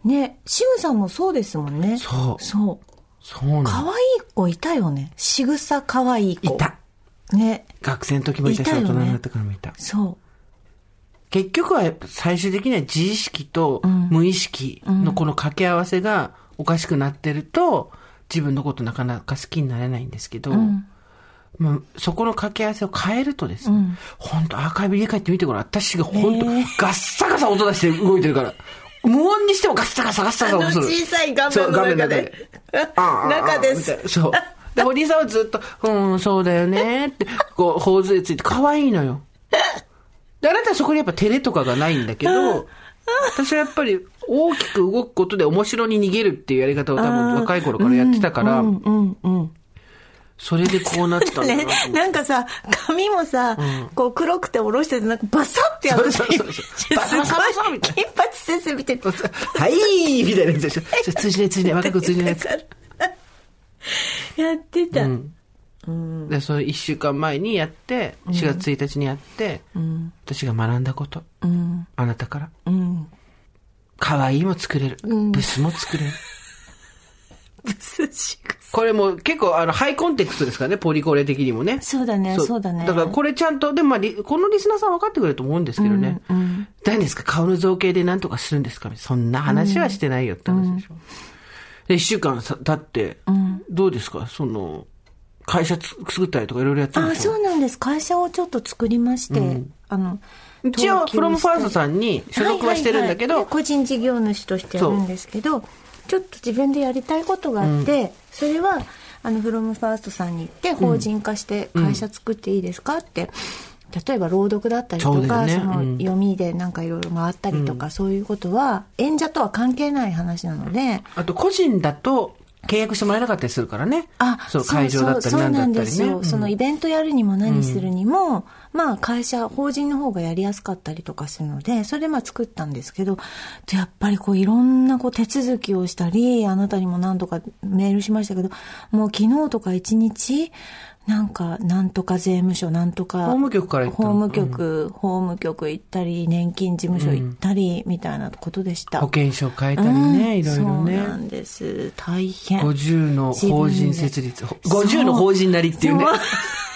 ね、シムさんもそうですもんね。 そう。 そう。 そうなの。 可愛い子いたよね。仕草可愛い子。 いた。 ね。 学生の時もいたし、大人になってからもいた。 そう。 結局は最終的には自意識と無意識のこの掛け合わせがおかしくなってると、自分のことなかなか好きになれないんですけど、うん、まあ、そこの掛け合わせを変えるとですね、うん、本当アーカイブ家帰ってみてごらん。私が本当ガッサガサ音出して動いてるから。無音にしてもガッサガサガッサガサ音する。 小さい画面の中で。中です。 そう。で、堀井さんはずっと、うん、そうだよねって、こう、頬杖ついて可愛いのよ。で、あなたはそこにやっぱ照れとかがないんだけど、私はやっぱり大きく動くことで面白に逃げるっていうやり方を多分若い頃からやってたから、うんうんうん、それでこうなってたんだなと思って、 ね。なんかさ、髪もさ、うん、こう黒くて下ろしてて、なんかバサッてやるし、そうそうそうそうバサバサバサみたいな。金八先生見てる。 はいみたいなやつでしょ。通じない通じない、若く通じないやつ。 やってた。 うんうん、でそのいっしゅうかんまえにやってしがつついたちにやって、うん、私が学んだこと、うん、あなたから、うん、可愛いも作れる、うん、ブスも作れるブスしぐさこれも結構あのハイコンテクストですからね、ポリコレ的にもね。 そうだね、そう、そうだね。 だからこれちゃんとでも、まあ、このリスナーさん分かってくれると思うんですけどね、うんうん、何ですか顔の造形で何とかするんですか、そんな話はしてないよって話でしょ、うん、でいっしゅうかん経って、うん、どうですか、その会社作ったりとかいろいろやってるんですよ。 あ、そうなんです。会社をちょっと作りまして、うん、あの一応フロムファーストさんに所属はしてるんだけど、はいはいはい、 個人事業主としてやるんですけど、ちょっと自分でやりたいことがあって、うん、それはあのフロムファーストさんに行って法人化して会社作っていいですかって、うん、例えば朗読だったりとか、 そ,、ね、その読みでなんかいろいろ回ったりとか、うん、そういうことは演者とは関係ない話なので、 あと個人だと契約してもらえなかったりするからね。あ、そう、会場だったりなんだったりね。そうなんですよ。うん、そのイベントやるにも何するにも、うん、まあ会社、法人の方がやりやすかったりとかするので、それでまあ作ったんですけど、やっぱりこういろんなこう手続きをしたり、あなたにも何度かメールしましたけど、もう昨日とか一日、なんか、なんとか税務署、なんとか。法務局から行った法務局、うん、法務局行ったり、年金事務所行ったり、みたいなことでした。 保険証変えたりね、うん、いろいろね。 そうなんです。大変。 ごじゅうの法人設立。ごじゅうの法人なりっていうね。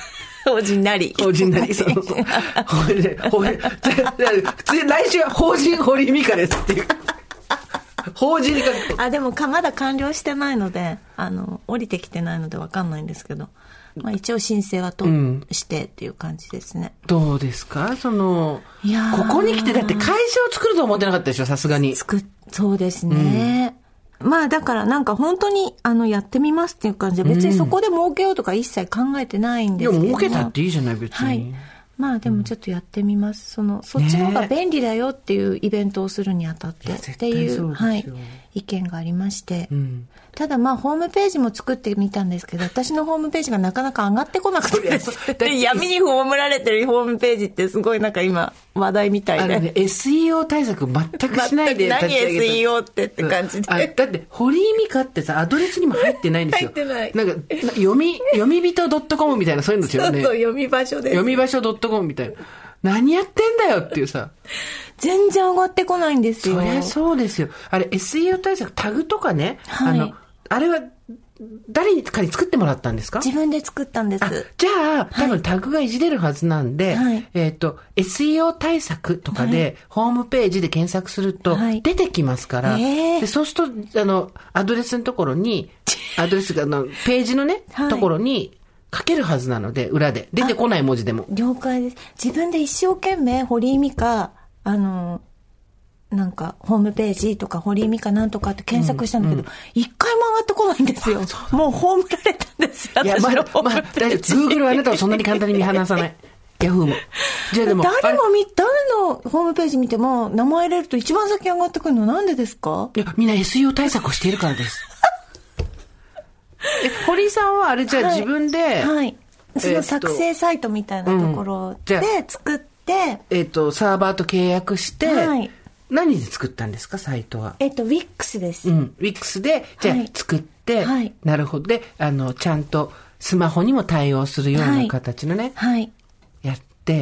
法人なり。 法人なり。そうそう。普通来週は法人堀美香ですっていう。法人に書く。 あ、でもまだ完了してないので、あの、降りてきてないので分かんないんですけど、まあ一応申請はと、うん、してっていう感じですね。 どうですかその、いやここに来てだって会社を作ると思ってなかったでしょさすがに。 作そうですね。うん、まあだからなんか本当にあのやってみますっていう感じで、別にそこで儲けようとか一切考えてないんですけど、うん、 いや儲けたっていいじゃない別に。はい。 まあでもちょっとやってみます。そのそっちの方が便利だよっていうイベントをするにあたってっていう、はい、意見がありまして、うん、ただまあホームページも作ってみたんですけど、私のホームページがなかなか上がってこなくてです闇に葬られてるホームページってすごいなんか今話題みたいで、あれね、 エスイーオー 対策全くしないで立ち上げた。何 エスイーオー ってって感じで、 うん、あだって堀井美香ってさアドレスにも入ってないんですよ。 入ってない。 なんか読み読み人 .com みたいなそういうのですよね。 そうそう読み場所です。 読み場所 .com みたいな。何やってんだよっていうさ。 全然上がってこないんですよ。 そりゃそうですよ。あれ エスイーオー 対策タグとかね、はい、あのあれは誰かに作ってもらったんですか？ 自分で作ったんです。 じゃあ多分タグがいじれるはずなんで、はい、えっ、ー、と エスイーオー 対策とかで、はい、ホームページで検索すると出てきますから、はい、でそうするとあのアドレスのところにアドレスがのページのね、はい、ところに書けるはずなので、裏で出てこない文字でも了解です。自分で一生懸命堀井美香あのなんかホームページとか堀井美香なんとかって検索したんだけど、一、うんうん、回も上がってこないんですよ。もう葬られたんですよ。 いやまあ、まあ、大丈夫。Google はあなたをそんなに簡単に見放さない。ヤフーも。じゃあでも誰も見誰のホームページ見ても名前入れると一番先上がってくるのなんでですか？ いやみんな エスイーオー 対策をしているからです。え堀井さんはあれじゃあ自分で、はいはい、その作成サイトみたいなところで作って、 えっとサーバーと契約して、はい、何で作ったんですかサイトは？ えっと Wix です。 うん Wix でじゃあ作って、はい、なるほどであのちゃんとスマホにも対応するような形のね、 はい、 やって、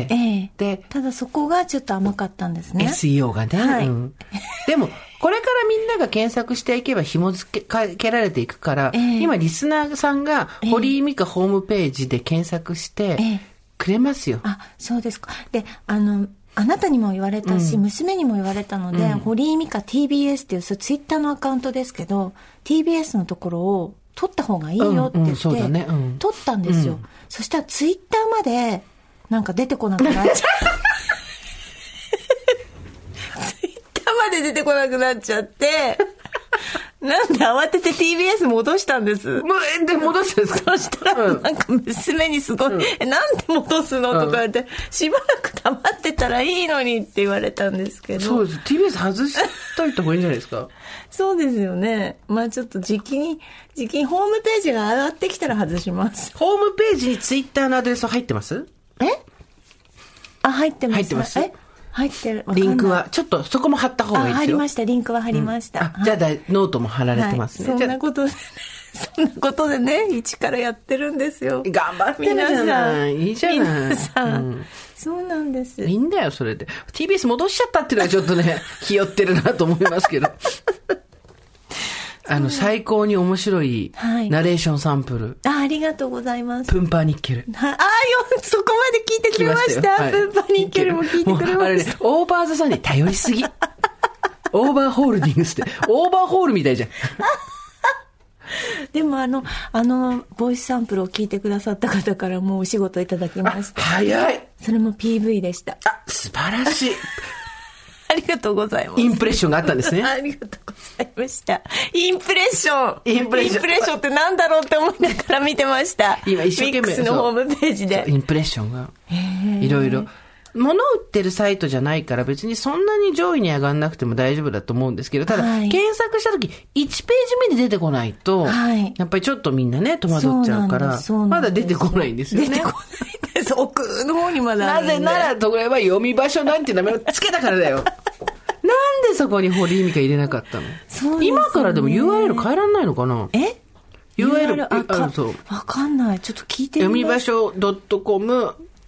えー、でただそこがちょっと甘かったんですね。 エスイーオー がね。はい、うん、でもこれからみんなが検索していけば紐付けかけられていくから、えー、今リスナーさんが堀井美香ホームページで検索してくれますよ。 えー、あ、そうですか。で、あのあなたにも言われたし、うん、娘にも言われたので、うん、堀井美香 ティービーエス っていうツイッターのアカウントですけど、ティービーエス のところを取った方がいいよって言って、うんうんねうん、取ったんですよ。うん、そしたらツイッターまでなんか出てこなくなっちゃう。まで出てこなくなっちゃってなんで慌てて ティービーエス 戻したんです。 もうで戻したんですか？ そしたらなんか娘にすごい、うん、えなんで戻すのとか言って、うん、しばらく黙ってたらいいのにって言われたんですけど。 そうです ティービーエス 外しといた方がいいんじゃないですか？ そうですよね。まあちょっと時期に時期にホームページが上がってきたら外します。 ホームページにツイッターのアドレスは入ってます？ えあ入ってます。 入ってます。 え入ってる。 リンクはちょっとそこも貼った方がいいですよ。 あ貼りました。リンクは貼りました。 うん、あじゃあだノートも貼られてますね。 はい、そんなことでねそんなことでね一からやってるんですよ。 頑張ってるじゃない。いいじゃない。 皆さん、うん、そうなんです。 いいんだよそれで。ティービーエス 戻しちゃったっていうのはちょっとねひよってるなと思いますけど。あの最高に面白いナレーションサンプル、はい、 あ, ありがとうございます。 プンパーニッケル。 ああよそこまで聞いてくれました。はい、プンパーニッケルも聞いてくれました。あれ、ね、 オーバーズさんに頼りすぎ。オーバーホールディングスってオーバーホールみたいじゃん。 でもあのあのボイスサンプルを聞いてくださった方からもうお仕事いただきました。 早い。 それも ピーブイ でした。 あ素晴らしい。 ありがとうございます。 インプレッションがあったんですね。 ありがとうございました。インプレッション。 インプレッション。 インプレッションってなんだろうって思いながら見てました。 今一生懸命。 Mix のホームページで。 インプレッションが。いろいろ。物を売ってるサイトじゃないから別にそんなに上位に上がんなくても大丈夫だと思うんですけど、ただ、はい、検索した時いちページ目で出てこないと、はい、やっぱりちょっとみんなね戸惑っちゃうからまだ出てこないんですよね。 出てこないです。奥の方にまだあるんで。 なぜならこれは読み場所なんて名前をつけたからだよ。なんでそこに堀井美香入れなかったの？そうですね、今からでも ユーアールエル 変えらんないのかな？ えユーアールエルあか、そうわかんない。ちょっと聞いてみます。 読み場所 .com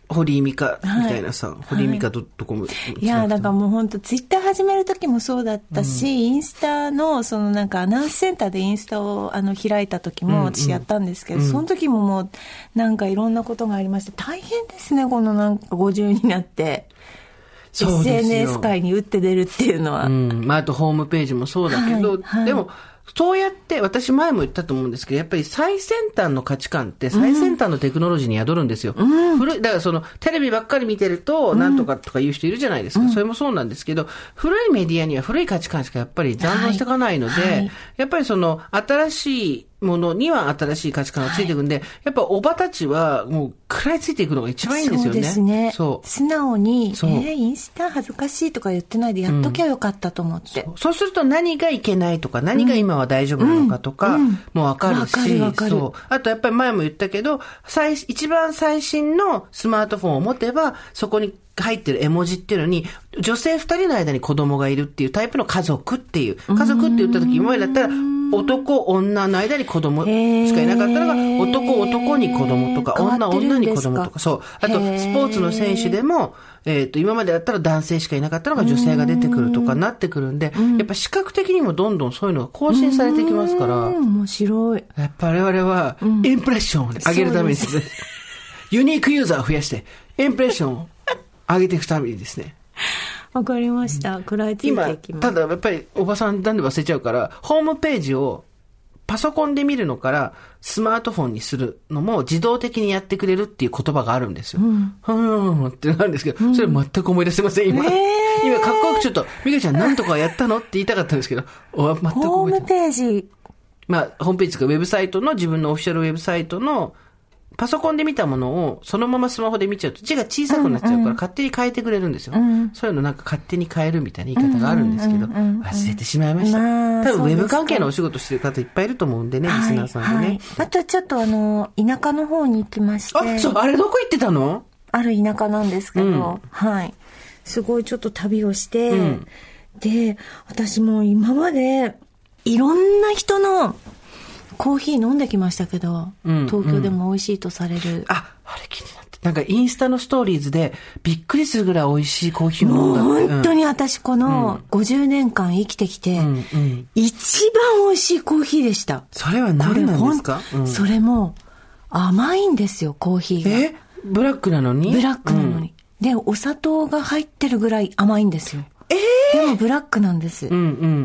堀井美香みたいなさ、はい、堀井美香 .com、はい、 いやだからもう本当ツイッター始める時もそうだったし、うん、インスタのそのなんかアナウンスセンターでインスタをあの開いた時も私やったんですけど、うんうん、その時ももうなんかいろんなことがありまして大変ですね、このなんかごじゅうになってエスエヌエス 界に打って出るっていうのは、 うんまあ、あとホームページもそうだけど、はいはい、でもそうやって私前も言ったと思うんですけど、やっぱり最先端の価値観って最先端のテクノロジーに宿るんですよ、うん、古いだからそのテレビばっかり見てるとなんとかとか言う人いるじゃないですか、うん、それもそうなんですけど、古いメディアには古い価値観しかやっぱり残存していかないので、はいはい、やっぱりその新しいものには新しい価値観がついていくんで、はい、やっぱおばたちはもう食らいついていくのが一番いいんですよね。 そうですね。 そう素直に、えー、インスタ恥ずかしいとか言ってないでやっときゃよかったと思って、 うん、そう、そうすると何がいけないとか何が今は大丈夫なのかとか、うん、もうわかるし、わかるわかる。そう。あとやっぱり前も言ったけど、最一番最新のスマートフォンを持てばそこに入ってる絵文字っていうのに女性二人の間に子供がいるっていうタイプの家族っていう家族って言った時今までだったら男女の間に子供しかいなかったのが男男に子供とか女女に子供とか、そうあとスポーツの選手でもえっと今までだったら男性しかいなかったのが女性が出てくるとかなってくるんで、やっぱ視覚的にもどんどんそういうのが更新されていきますから、 面白い。 やっぱ我々はインプレッションを上げるためにですね、ユニークユーザーを増やしてインプレッションを上げていくためにですね。 わかりました。食らいついていきます。 今、ただやっぱりおばさんなんで忘れちゃうから、ホームページをパソコンで見るのからスマートフォンにするのも自動的にやってくれるっていう言葉があるんですよ。うん。ふーんってなるんですけど、それ全く思い出せません、今。えー、今、かっこよくちょっと、ミカちゃん何とかやったのって言いたかったんですけど、全く覚えてない。 ホームページ。 まあ、ホームページとかウェブサイトの、自分のオフィシャルウェブサイトの、パソコンで見たものをそのままスマホで見ちゃうと字が小さくなっちゃうから勝手に変えてくれるんですよ、うんうん、そういうのなんか勝手に変えるみたいな言い方があるんですけど、うんうんうんうん、忘れてしまいました、まあ、多分ウェブ関係のお仕事してる方いっぱいいると思うんでね、はい、リスナーさんでね、はい、 あとちょっとあの田舎の方に行きまして、 あ、そう、あれどこ行ってたの？ ある田舎なんですけど、うん、はいすごいちょっと旅をして、うん、で私も今までいろんな人のコーヒー飲んできましたけど、うん、東京でも美味しいとされる、うん、 あ、あれ気になって、なんかインスタのストーリーズでびっくりするぐらい美味しいコーヒーを飲んだって。 もう本当に私このごじゅうねんかん生きてきて、うんうん、一番美味しいコーヒーでした。 それは何なんですか？ うん、それも甘いんですよ、コーヒーが。 え、ブラックなのに？ ブラックなのに、うん、でお砂糖が入ってるぐらい甘いんですよ。 えー、 でもブラックなんです、 うんうん、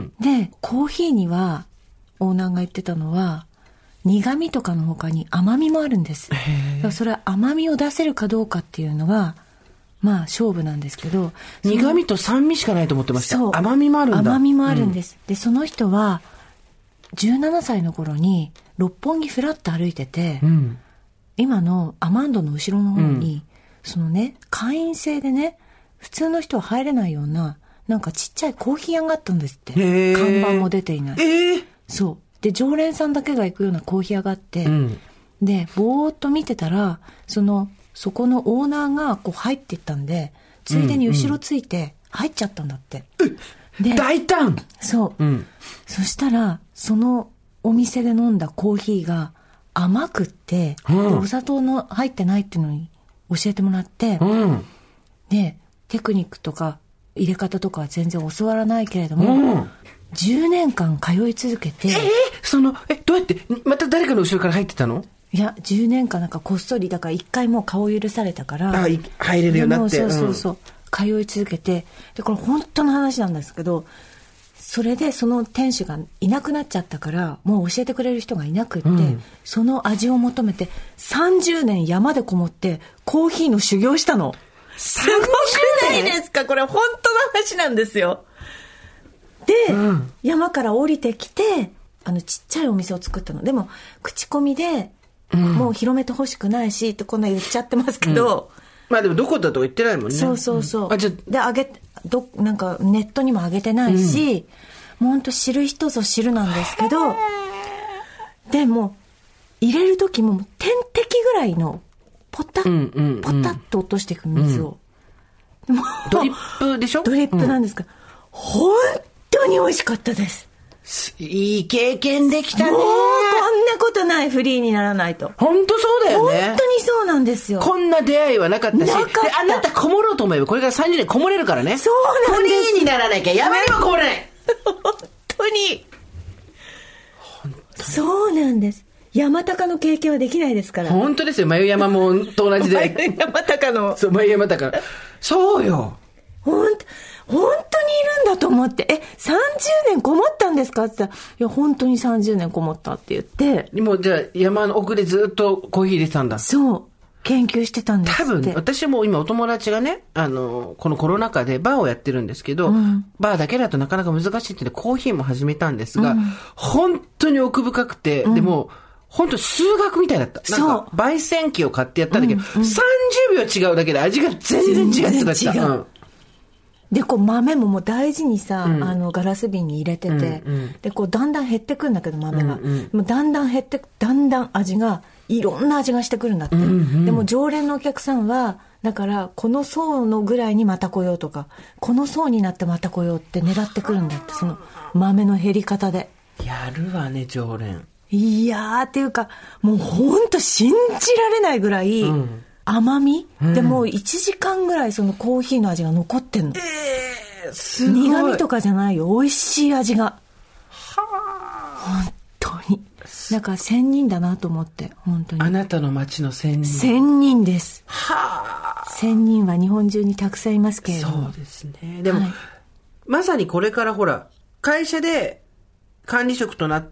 でコーヒーにはオーナーが言ってたのは苦味とかの他に甘みもあるんです。だからそれは甘みを出せるかどうかっていうのはまあ勝負なんですけど、 苦味と酸味しかないと思ってました。そう、甘みもあるんだ。 甘みもあるんです、うん、でその人はじゅうななさいの頃に六本木フラッと歩いてて、うん、今のアマンドの後ろの方に、うん、そのね会員制でね普通の人は入れないようななんかちっちゃいコーヒー屋があったんですって。看板も出ていない。 えー、 そうで常連さんだけが行くようなコーヒー屋があって、うん、でぼーっと見てたらそのそこのオーナーがこう入っていったんでついでに後ろついて入っちゃったんだって、 うんうん、で大胆そう、うん、そしたらそのお店で飲んだコーヒーが甘くって、うん、でお砂糖の入ってないっていうのに教えてもらって、うん、でテクニックとか入れ方とかは全然教わらないけれども、うん、じゅうねんかん通い続けて、 えー、そのえどうやってまた誰かの後ろから入ってたの？ いやじゅうねんかんなんかこっそりだから一回もう顔許されたからあ入れるようになって、 そうそうそう、うん、通い続けてでこれ本当の話なんですけどそれでその店主がいなくなっちゃったからもう教えてくれる人がいなくって、うん、その味を求めてさんじゅうねん山でこもってコーヒーの修行したの。すごくないですか？これ本当の話なんですよ。で、うん、山から降りてきてあのちっちゃいお店を作ったの。でも口コミで、うん、もう広めてほしくないしってこんな言っちゃってますけど、うん、 まあでもどこだとか言ってないもんね。 そうそうそう、 うん、あじゃであげどなんかネットにも上げてないし、うん、もうほんと知る人ぞ知るなんですけどでも入れる時も点滴ぐらいのポタッ、うんうんうん、ポタッと落としていく水を、うん、 ドリップでしょ？ ドリップなんですが、うん、本当に美味しかったです。 いい経験できたね。 もうこんなことないフリーにならないと。 本当そうだよね。 本当にそうなんですよ。 こんな出会いはなかったし、 なかった。 で、あなたこもろうと思えば、これからさんじゅうねんこもれるからね。 そうなんです。 フリーにならなきゃ、山にもこもれない。 本当に。本当に。そうなんです。山高の経験はできないですから。 本当ですよ。眉山もと同じで。 眉山高の。 そう、眉山高。そうよ。 本当、本当にいるんだと思って、え、さんじゅうねんこもったんですかって言ったら、いや、本当にさんじゅうねんこもったって言って。 もう、じゃあ、山の奥でずっとコーヒー入れてたんだ。 そう。研究してたんですって。 多分、私も今お友達がね、あの、このコロナ禍でバーをやってるんですけど、うん、バーだけだとなかなか難しいってでコーヒーも始めたんですが、うん、本当に奥深くて、うん、でも、本当数学みたいだった。なんか、焙煎機を買ってやったんだけど、うんうん、さんじゅうびょう違うだけで味が全然違ってた。全然違う。うんで、こう豆ももう大事にさ、うん、あのガラス瓶に入れてて、うんうん、で、こうだんだん減ってくんだけど豆が、うんうん、もうだんだん減って、だんだん味が、いろんな味がしてくるんだって。うんうん、でも常連のお客さんは、だからこの層のぐらいにまた来ようとか、この層になってまた来ようって狙ってくるんだって、その豆の減り方で。 やるわね、常連。 いやーっていうか、もうほんと信じられないぐらい、うん甘み、うん、でもいちじかんぐらいそのコーヒーの味が残ってんの。 えー、すごい。 苦味とかじゃないよ。美味しい味が。はあ。本当に。なんか仙人だなと思って、本当に。 あなたの町の仙人。 仙人です。はあ。仙人は日本中にたくさんいますけれども。 そうですね。でも、はい、まさにこれからほら、会社で管理職となって、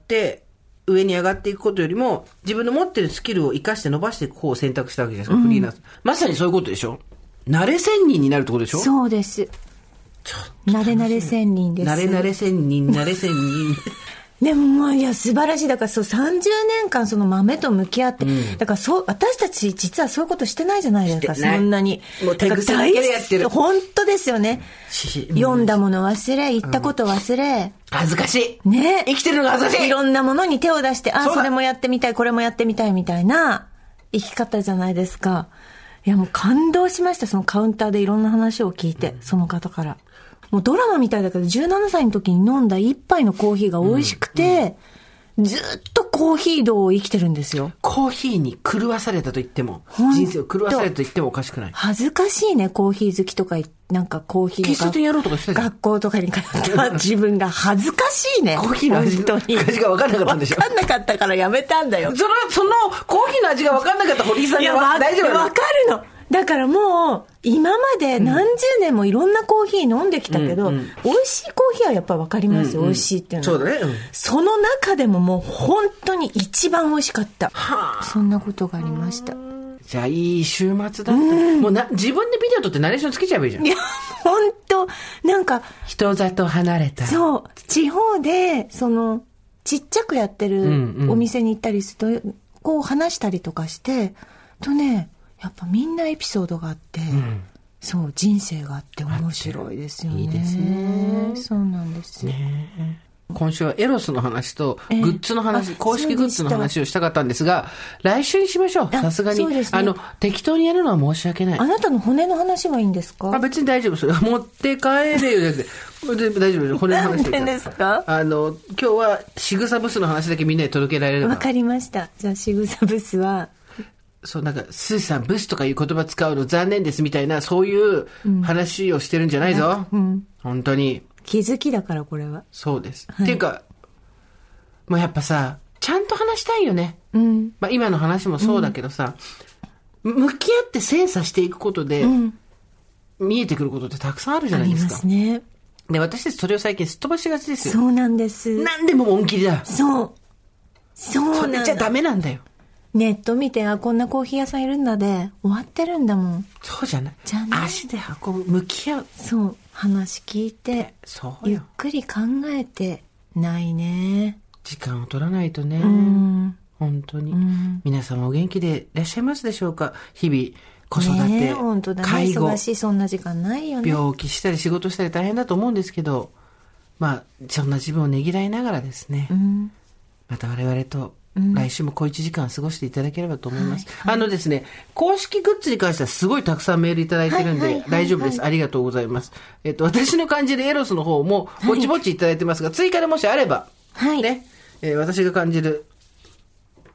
上に上がっていくことよりも、自分の持ってるスキルを生かして伸ばしていく方を選択したわけじゃないですか、うん、フリーランス。まさにそういうことでしょ。慣れ仙人になるってことでしょ。 そうです。ちょっと慣れ慣れ仙人です。 慣れ慣れ仙人、慣れ仙人。 でももういや素晴らしい。だからそうさんじゅうねんかんその豆と向き合って、うん、だからそう私たち実はそういうことしてないじゃないですか。そんなにもう手癖だけでやってる。 本当ですよね。読んだもの忘れ、言ったこと忘れ、うん、 恥ずかしいね。 生きてるのが恥ずかしい。 いろんなものに手を出して、あそれもやってみたい、これもやってみたいみたいな生き方じゃないですか。いやもう感動しました。そのカウンターでいろんな話を聞いて、うん、その方からもうドラマみたいだけどじゅうななさいの時に飲んだ一杯のコーヒーが美味しくて、うんうんずっとコーヒー道を生きてるんですよ。 コーヒーに狂わされたと言っても、人生を狂わされたと言ってもおかしくない。 恥ずかしいね、コーヒー好きとか、なんかコーヒー喫茶店やろうとかしてた学校とかに通った自分が恥ずかしいね。 コーヒーの味の味が分かんなかったんでしょ。 分かんなかったからやめたんだよ。 その、そのコーヒーの味が分かんなかった堀井さんが大丈夫。 分かるの。だからもう今まで何十年もいろんなコーヒー飲んできたけど、うんうん、美味しいコーヒーはやっぱ分かりますよ、うんうん、美味しいっていうのは。 そうだね、うん、 その中でももう本当に一番美味しかった、はあ、そんなことがありました。 じゃあいい週末だった、うん、もうな自分でビデオ撮ってナレーションつけちゃえばいいじゃん。 いや本当なんか人里離れたそう地方でそのちっちゃくやってるお店に行ったりすると、うんうん、こう話したりとかしてとねやっぱみんなエピソードがあって、うん、そう人生があって面白いですよね。 いいですね。 そうなんですよ、ね、 今週はエロスの話とグッズの話、公式グッズの話をしたかったんですが、来週にしましょう。さすがに、ね、あの適当にやるのは申し訳ない。 あなたの骨の話はいいんですか？ あ別に大丈夫。それ持って帰れよじゃなくて大丈夫です。骨の話なんですか？ あの今日は仕草ブスの話だけみんなに届けられれば。 わかりました。じゃあ仕草ブスはそうなんかスーさんブスとかいう言葉使うの残念ですみたいなそういう話をしてるんじゃないぞ、うん、本当に気づきだからこれはそうです、はい、っていうかもうやっぱさちゃんと話したいよね、うんまあ、今の話もそうだけどさ、うん、向き合って精査していくことで、うん、見えてくることってたくさんあるじゃないですか。ありますね。で私たちそれを最近すっ飛ばしがちですよ。 そうなんです。 何でも恩切りだ。 そうそうなんだ。 それじゃダメなんだよ。 ネット見てあこんなコーヒー屋さんいるんだで終わってるんだもん。 そうじゃない。じゃない足で運ぶ向き合う。 そう話聞いてそうゆっくり考えてないね。 時間を取らないとね。うん本当に、うん、皆様お元気でいらっしゃいますでしょうか。日々子育て、ね、本当だね、介護忙しいそんな時間ないよね。 病気したり仕事したり大変だと思うんですけどまあそんな自分をねぎらいながらですね、うん、また我々とうん、来週も小いちじかん過ごしていただければと思います、はいはい、あのですね公式グッズに関してはすごいたくさんメールいただいてるんで大丈夫です、ありがとうございます。えっと私の感じるエロスの方もぼちぼちいただいてますが、はい、追加でもしあれば、はいねえー、私が感じる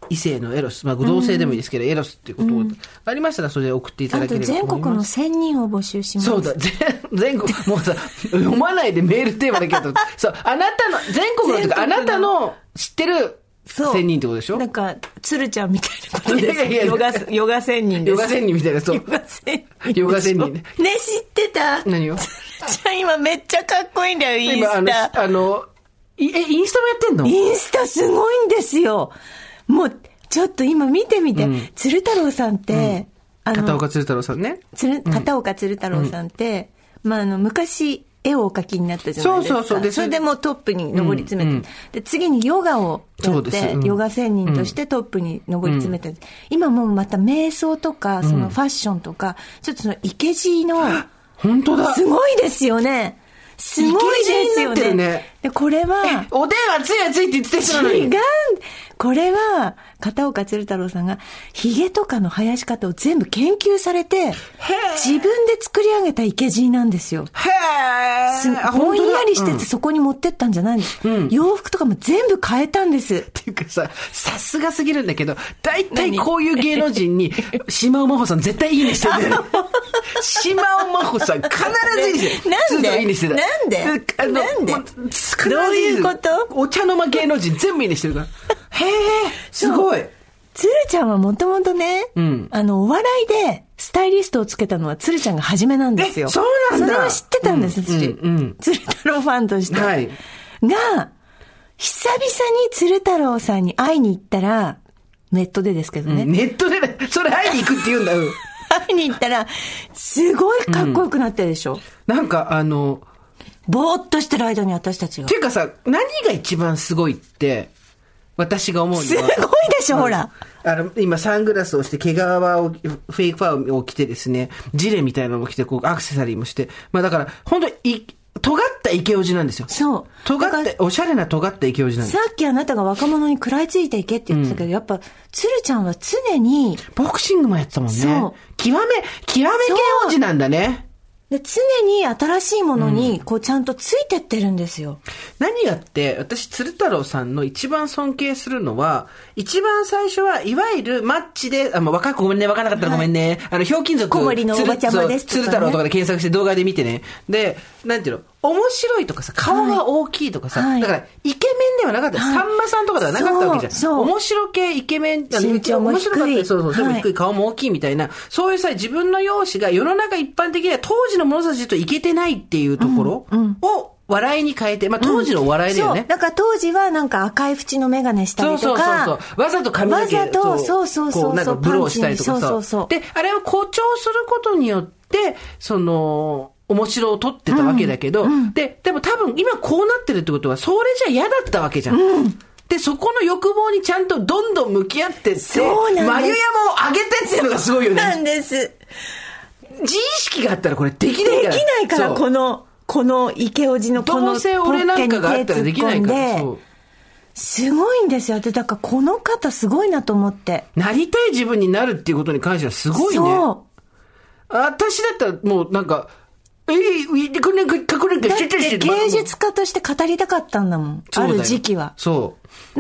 異性のエロス、まあ同性でもいいですけど、うん、エロスっていうことを、うん、ありましたらそれで送っていただければと思います。 あと全国のせんにんを募集します。 そうだ、全、全国、もうさ、読まないでメールテーマだけど、そう、あなたの、全国のとか、あなたの知ってるせんにんってことでしょ。 なんか、鶴ちゃんみたいなことです。いやいやいやヨガ、ヨガせんにんです。 ヨガせんにんみたいな、そう。ヨガせんにん。ヨガせんにんね。 ね、知ってた？ 何を？ 鶴ちゃん今めっちゃかっこいいんだよ、インスタ。 今、あの、あのえ、インスタもやってんの？ インスタすごいんですよ。もう、ちょっと今見てみて。うん、鶴太郎さんって、 うん、あの片岡鶴太郎さんね。 鶴片岡鶴太郎さんって、うん、まあ、あの、昔、絵をお描きになったじゃないですか。そうそうそう。でそれでもうトップに上り詰めて、うんうん、で次にヨガをやって、うん、ヨガ専人としてトップに上り詰めて、うん、今もうまた瞑想とか、そのファッションとか、うん、ちょっとそのイケジーの、 本当だ。 すごいですよね。すごいですよね。ねでこれは、 おでん熱い熱いって言ってたのに。 違う。これは、片岡鶴太郎さんが、髭とかの生やし方を全部研究されて、自分で作り上げたイケジーなんですよ。へー。ぼんやりしててそこに持ってったんじゃないんです。うん、洋服とかも全部変えたんです。 っていうかさ、さすがすぎるんだけど、大体こういう芸能人に、島尾真帆さん絶対いいねしてるんだよ。島尾真帆さん必ずいいねしてる。 なんでいいねしてた。 なんでなんでどういうこと？ お茶の間芸能人全部いいねしてるから。へー、すごい。 鶴ちゃんはもともとね、うん、あの、お笑いでスタイリストをつけたのは鶴ちゃんが初めなんですよ。 そうなんだ。 それは知ってたんです、私。うんうん、鶴太郎ファンとして。はい。が、久々に鶴太郎さんに会いに行ったら、ネットでですけどね。 うん、ネットで、それ会いに行くって言うんだよ。 会いに行ったら、すごいかっこよくなってるでしょ。 うん、なんかあの、 ぼーっとしてる間に私たちが。 っていうかさ、何が一番すごいって、私が思うには。 すごいでしょ、うん、ほら。 あの、今サングラスをして、毛皮を、フェイクファーを着てですね、ジレみたいなのも着て、こう、アクセサリーもして。まあだから、本当に、い、尖ったイケオジなんですよ。 そう。 尖った、おしゃれな尖ったイケオジなんです。 さっきあなたが若者に食らいついていけって言ってたけど、うん、やっぱ、鶴ちゃんは常に。 ボクシングもやってたもんね。そう。極め、極めイケオジなんだね。 で常に新しいものにこうちゃんとついてってるんですよ。 うん、何がって、私鶴太郎さんの一番尊敬するのは、一番最初はいわゆるマッチで、あ、もう若くごめんね、若なかったらごめんね。はい、あの、ひょうきん族。 小森のおばちゃまですとか、ね。 鶴太郎とかで検索して動画で見てね。で、なんていうの、面白いとかさ、顔が大きいとかさ、はい、だから、イケメンではなかった。はい、さんまさんとかではなかったわけじゃん。そうそう面白系イケメン、 身長も低い。面白かった。 そうそう、それも低い、顔も大きいみたいな、そういうさ、自分の容姿が世の中一般的には当時の物差しとイケてないっていうところを笑いに変えて、まあ当時のお笑いだよね。 うん、そう。だから当時はなんか赤い縁のメガネしたりとか。そうそうそうそう。わざと髪の毛わざと、そうそうそう。 こうなんかブローしたりとかさ。 そうそうそう。 で、あれを誇張することによって、その、面白を取ってたわけだけど、うんうん、で、でも多分今こうなってるってことは、それじゃ嫌だったわけじゃん。うん、で、そこの欲望にちゃんとどんどん向き合ってって、 そうなんです。 眉山を上げてっていうのがすごいよね。 そうなんです。 自意識があったらこれできないから。 できないから、この、この池おじのこのどうせ俺なんかがあったらできないから。そう。 すごいんですよ。で、だからこの方すごいなと思って。 なりたい自分になるっていうことに関してはすごいね。そう。私だったらもうなんか、えー、これなんか、これなんか、 だって芸術家として語りたかったんだもん。ある時期は。 そう。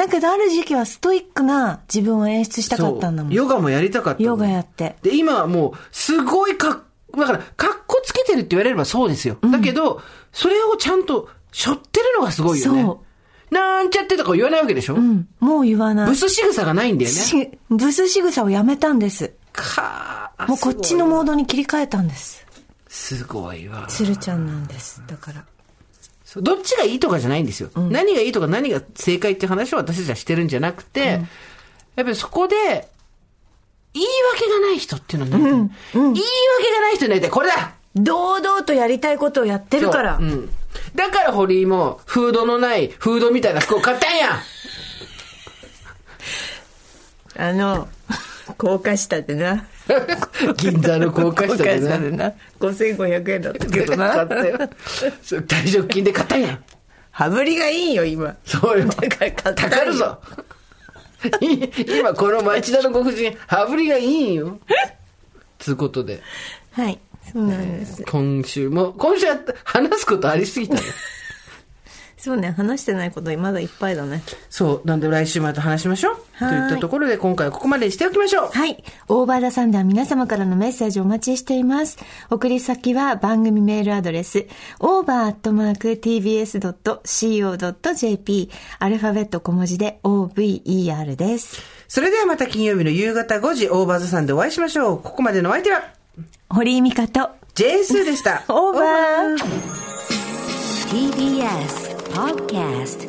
だけどある時期はストイックな自分を演出したかったんだもん。 ヨガもやりたかった。 ヨガやって。 で、今はもう、すごいかっ、だから、かっこつけてるって言われればそうですよ。うん、だけど、それをちゃんと、背負ってるのがすごいよね。そう。なんちゃってとか言わないわけでしょ。うん。 もう言わない。 ブス仕草がないんだよね。 ブス仕草をやめたんです。 かー。もうこっちのモードに切り替えたんです。 すごいわ。 鶴ちゃんなんです。だから。 どっちがいいとかじゃないんですよ。うん、何がいいとか何が正解って話を私たちはしてるんじゃなくて、うん、やっぱりそこで、言い訳がない人っていうのは何、うんうん、言い訳がない人になりたい。これだ堂々とやりたいことをやってるから。 う、うん、だから堀井も、フードのないフードみたいな服を買ったんやあの、高架下でな。 銀座の高架下でな。 でなごせんごひゃくえんだったけどな。 買ったよ。退職金で買ったんや。 羽振りがいいよ、今。 そうよ。 だから買ったんよ。 たかるぞ。今この町田のご婦人、羽振りがいいよ。つうことで。 はい。そうなんです。 今週も、今週話すことありすぎたね。 そうね、話してないことまだいっぱいだね。 そう。なんで来週また話しましょう。といったところで今回はここまでにしておきましょう。 はい。オーバーザさんでは皆様からのメッセージをお待ちしています。送り先は番組メールアドレス、オーバーアットマークティービーエスドットシーオードットジェーピー、アルファベット小文字で オーブイイーアール です。 それではまた金曜日の夕方ごじ、オーバーザさんでお会いしましょう。ここまでのお相手は、 堀井美香と、 ジェースーでした。 オーバー。 ティービーエス Podcast